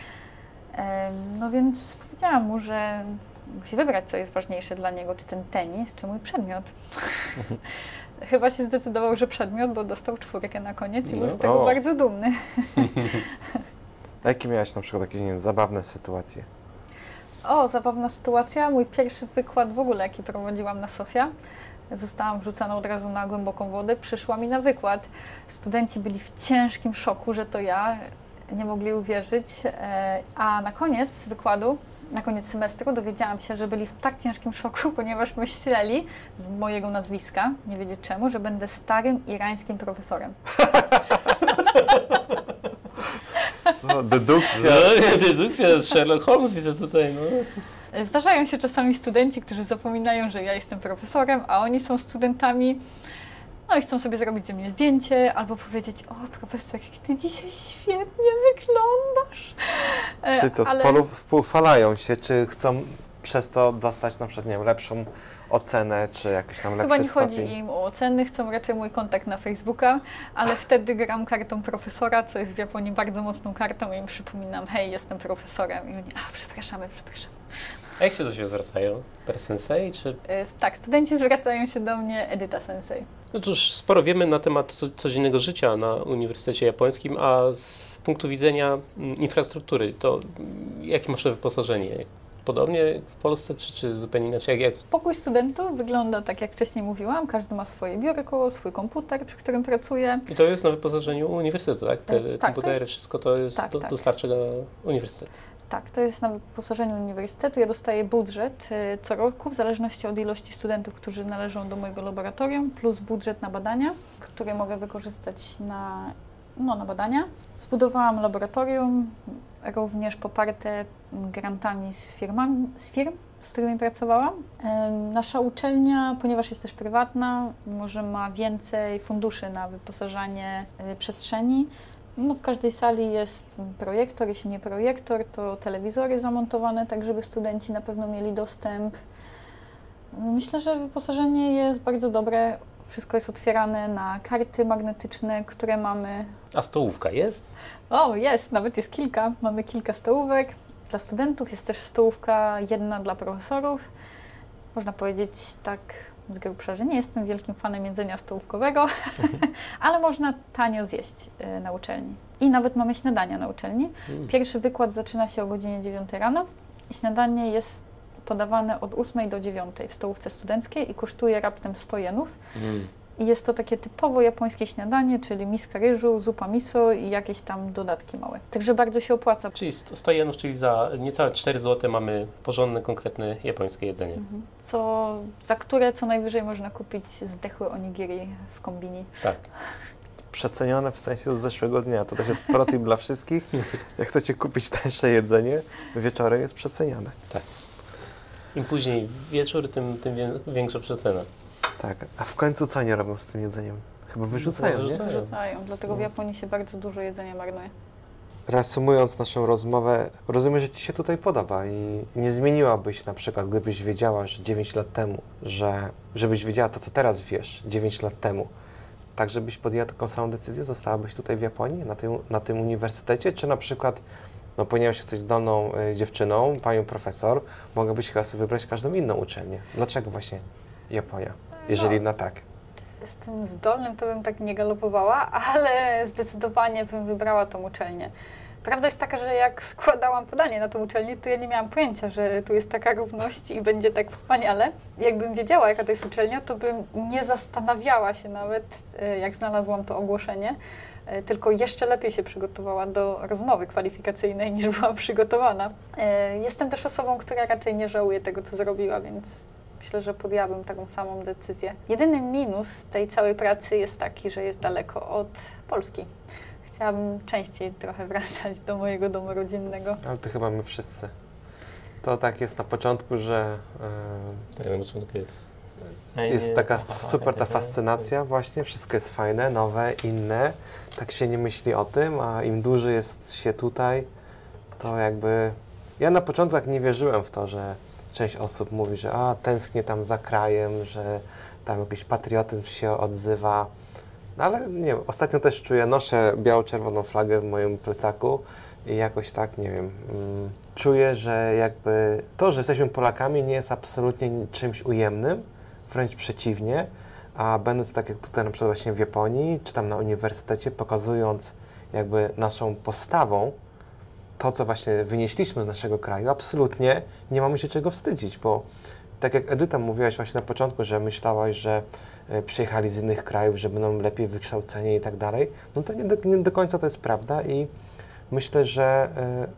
No więc powiedziałam mu, że musi wybrać, co jest ważniejsze dla niego, czy ten tenis, czy mój przedmiot. Chyba się zdecydował, że przedmiot, bo dostał 4 na koniec i był z tego bardzo dumny. A jakie miałaś na przykład jakieś, nie wiem, zabawne sytuacje? Zabawna sytuacja. Mój pierwszy wykład w ogóle, jaki prowadziłam na SOFIA. Zostałam wrzucona od razu na głęboką wodę. Przyszła mi na wykład. Studenci byli w ciężkim szoku, że to ja. Nie mogli uwierzyć. A na koniec wykładu, na koniec semestru dowiedziałam się, że byli w tak ciężkim szoku, ponieważ myśleli z mojego nazwiska, nie wiedzieć czemu, że będę starym irańskim profesorem. No, dedukcja. Dedukcja, Sherlock Holmes widzę tutaj, no. Zdarzają się czasami studenci, którzy zapominają, że ja jestem profesorem, a oni są studentami, no i chcą sobie zrobić ze mnie zdjęcie, albo powiedzieć, profesor, jak ty dzisiaj świetnie wyglądasz. Czy co, współfalają się, czy chcą przez to dostać na przykład, nie wiem, lepszą ocenę, czy jakiś tam lepszy stopień? Chyba nie chodzi im o oceny, chcą raczej mój kontakt na Facebooka, ale wtedy gram kartą profesora, co jest w Japonii bardzo mocną kartą i im przypominam, hej, jestem profesorem. I oni, przepraszamy. A jak się do siebie zwracają? Per sensei, czy? Tak, studenci zwracają się do mnie Edyta Sensei. No cóż, sporo wiemy na temat codziennego życia na Uniwersytecie Japońskim, a z punktu widzenia infrastruktury, to jakie masz wyposażenie? Podobnie jak w Polsce, czy zupełnie inaczej? Jak? Pokój studentów wygląda tak, jak wcześniej mówiłam. Każdy ma swoje biurko, swój komputer, przy którym pracuje. I to jest na wyposażeniu uniwersytetu, tak? Te komputery, wszystko to jest dostarcza uniwersytet. Tak, to jest na wyposażeniu uniwersytetu. Ja dostaję budżet co roku, w zależności od ilości studentów, którzy należą do mojego laboratorium, plus budżet na badania, które mogę wykorzystać na badania. Zbudowałam laboratorium, również poparte grantami z firm, z którymi pracowałam. Nasza uczelnia, ponieważ jest też prywatna, może ma więcej funduszy na wyposażanie przestrzeni. W każdej sali jest projektor, jeśli nie projektor, to telewizory zamontowane, tak żeby studenci na pewno mieli dostęp. Myślę, że wyposażenie jest bardzo dobre. Wszystko jest otwierane na karty magnetyczne, które mamy. A stołówka jest? Jest, nawet jest kilka. Mamy kilka stołówek. Dla studentów jest też stołówka jedna dla profesorów. Można powiedzieć tak z grubsza, że nie jestem wielkim fanem jedzenia stołówkowego, ale można tanio zjeść na uczelni. I nawet mamy śniadania na uczelni. Pierwszy wykład zaczyna się o godzinie 9 rano i śniadanie jest podawane od 8 do 9 w stołówce studenckiej i kosztuje raptem 100 jenów. I jest to takie typowo japońskie śniadanie, czyli miska ryżu, zupa miso i jakieś tam dodatki małe. Także bardzo się opłaca. Czyli 100 jenów, czyli za niecałe 4 zł mamy porządne, konkretne japońskie jedzenie. Za które co najwyżej można kupić zdechłe onigiri w kombini. Tak. Przecenione w sensie z zeszłego dnia. To też jest protip dla wszystkich. Jak chcecie kupić tańsze jedzenie, wieczorem jest przeceniane. Tak. Im później wieczór, tym większa przecena. Tak, a w końcu co nie robią z tym jedzeniem? Chyba wyrzucają, nie? Wyrzucają, dlatego w Japonii się bardzo dużo jedzenia marnuje. Reasumując naszą rozmowę, rozumiem, że Ci się tutaj podoba i nie zmieniłabyś na przykład, gdybyś wiedziała, że 9 lat temu, żebyś wiedziała to, co teraz wiesz, 9 lat temu, tak żebyś podjęła taką samą decyzję, zostałabyś tutaj w Japonii, na tym uniwersytecie, czy na przykład no ponieważ jesteś zdolną dziewczyną, panią profesor, mogłabyś chyba sobie wybrać każdą inną uczelnię. Dlaczego właśnie Japonia, jeżeli na tak? Z tym zdolnym to bym tak nie galopowała, ale zdecydowanie bym wybrała tą uczelnię. Prawda jest taka, że jak składałam podanie na tą uczelnię, to ja nie miałam pojęcia, że tu jest taka równość i będzie tak wspaniale. Jakbym wiedziała, jaka to jest uczelnia, to bym nie zastanawiała się nawet, jak znalazłam to ogłoszenie, tylko jeszcze lepiej się przygotowała do rozmowy kwalifikacyjnej, niż byłam przygotowana. Jestem też osobą, która raczej nie żałuje tego, co zrobiła, więc myślę, że podjęłabym taką samą decyzję. Jedyny minus tej całej pracy jest taki, że jest daleko od Polski. Chciałabym częściej trochę wracać do mojego domu rodzinnego. Ale to chyba my wszyscy. To tak jest na początku, że Tak, na początku jest taka super ta fascynacja właśnie, wszystko jest fajne, nowe, inne, tak się nie myśli o tym, a im dłużej jest się tutaj, to jakby... Ja na początku tak nie wierzyłem w to, że część osób mówi, że tęsknię tam za krajem, że tam jakiś patriotyzm się odzywa. No ale nie wiem, ostatnio też czuję, noszę biało-czerwoną flagę w moim plecaku i jakoś tak, nie wiem, czuję, że jakby to, że jesteśmy Polakami nie jest absolutnie czymś ujemnym, wręcz przeciwnie, a będąc tak jak tutaj na przykład właśnie w Japonii, czy tam na uniwersytecie, pokazując jakby naszą postawą, to, co właśnie wynieśliśmy z naszego kraju, absolutnie nie mamy się czego wstydzić, bo tak jak Edyta mówiłaś właśnie na początku, że myślałaś, że przyjechali z innych krajów, że będą lepiej wykształceni i tak dalej, no to nie do końca to jest prawda i myślę, że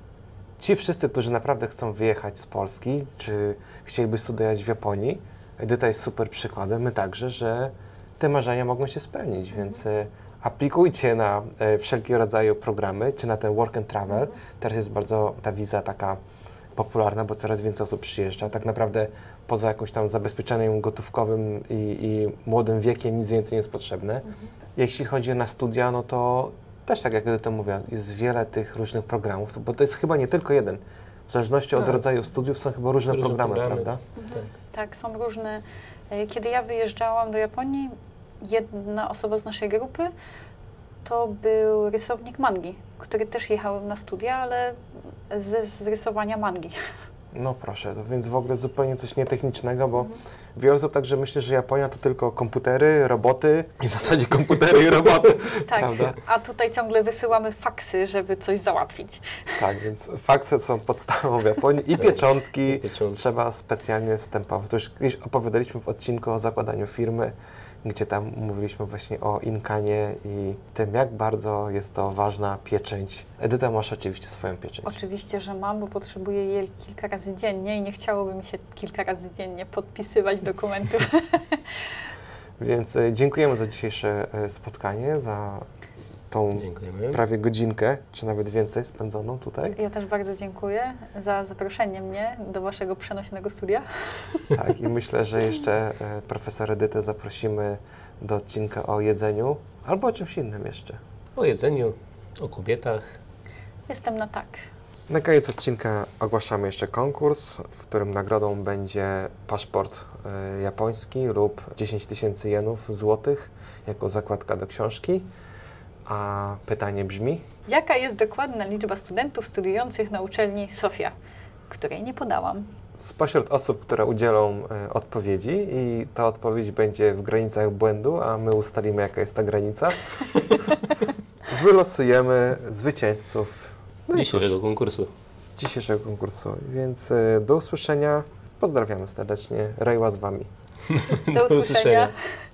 ci wszyscy, którzy naprawdę chcą wyjechać z Polski, czy chcieliby studiować w Japonii, Edyta jest super przykładem, my także, że te marzenia mogą się spełnić, więc aplikujcie na wszelkiego rodzaju programy, czy na ten work and travel. Teraz jest bardzo ta wiza taka popularna, bo coraz więcej osób przyjeżdża. Tak naprawdę poza jakimś tam zabezpieczeniem gotówkowym i młodym wiekiem nic więcej nie jest potrzebne. Jeśli chodzi na studia, no to też tak jak Edyta mówiła, jest wiele tych różnych programów, bo to jest chyba nie tylko jeden. W zależności od rodzaju studiów są chyba różne programy, prawda? Tak, są różne. Kiedy ja wyjeżdżałam do Japonii, jedna osoba z naszej grupy to był rysownik mangi, który też jechał na studia, ale z rysowania mangi. No proszę, to więc w ogóle zupełnie coś nietechnicznego, bo wiele osób także myśli, że Japonia to tylko komputery, roboty i w zasadzie komputery i roboty, Tak, prawda? a tutaj ciągle wysyłamy faksy, żeby coś załatwić. Tak, więc faksy są podstawą w Japonii i pieczątki trzeba specjalnie stempować. To już kiedyś opowiadaliśmy w odcinku o zakładaniu firmy, gdzie tam mówiliśmy właśnie o inkanie i tym, jak bardzo jest to ważna pieczęć. Edyta, masz oczywiście swoją pieczęć. Oczywiście, że mam, bo potrzebuję jej kilka razy dziennie i nie chciałoby mi się kilka razy dziennie podpisywać dokumentów. Więc dziękujemy za dzisiejsze spotkanie, za tą prawie godzinkę, czy nawet więcej spędzoną tutaj. Ja też bardzo dziękuję za zaproszenie mnie do waszego przenośnego studia. Tak, i myślę, że jeszcze profesor Edytę zaprosimy do odcinka o jedzeniu, albo o czymś innym jeszcze. O jedzeniu, o kobietach. Jestem na tak. Na koniec odcinka ogłaszamy jeszcze konkurs, w którym nagrodą będzie paszport japoński lub 10 000 jenów złotych jako zakładka do książki. A pytanie brzmi: Jaka jest dokładna liczba studentów studiujących na uczelni Sofia, której nie podałam? Spośród osób, które udzielą odpowiedzi i ta odpowiedź będzie w granicach błędu, a my ustalimy, jaka jest ta granica, wylosujemy zwycięzców dzisiejszego konkursu. Więc do usłyszenia. Pozdrawiamy serdecznie. Rejła z Wami. Do usłyszenia.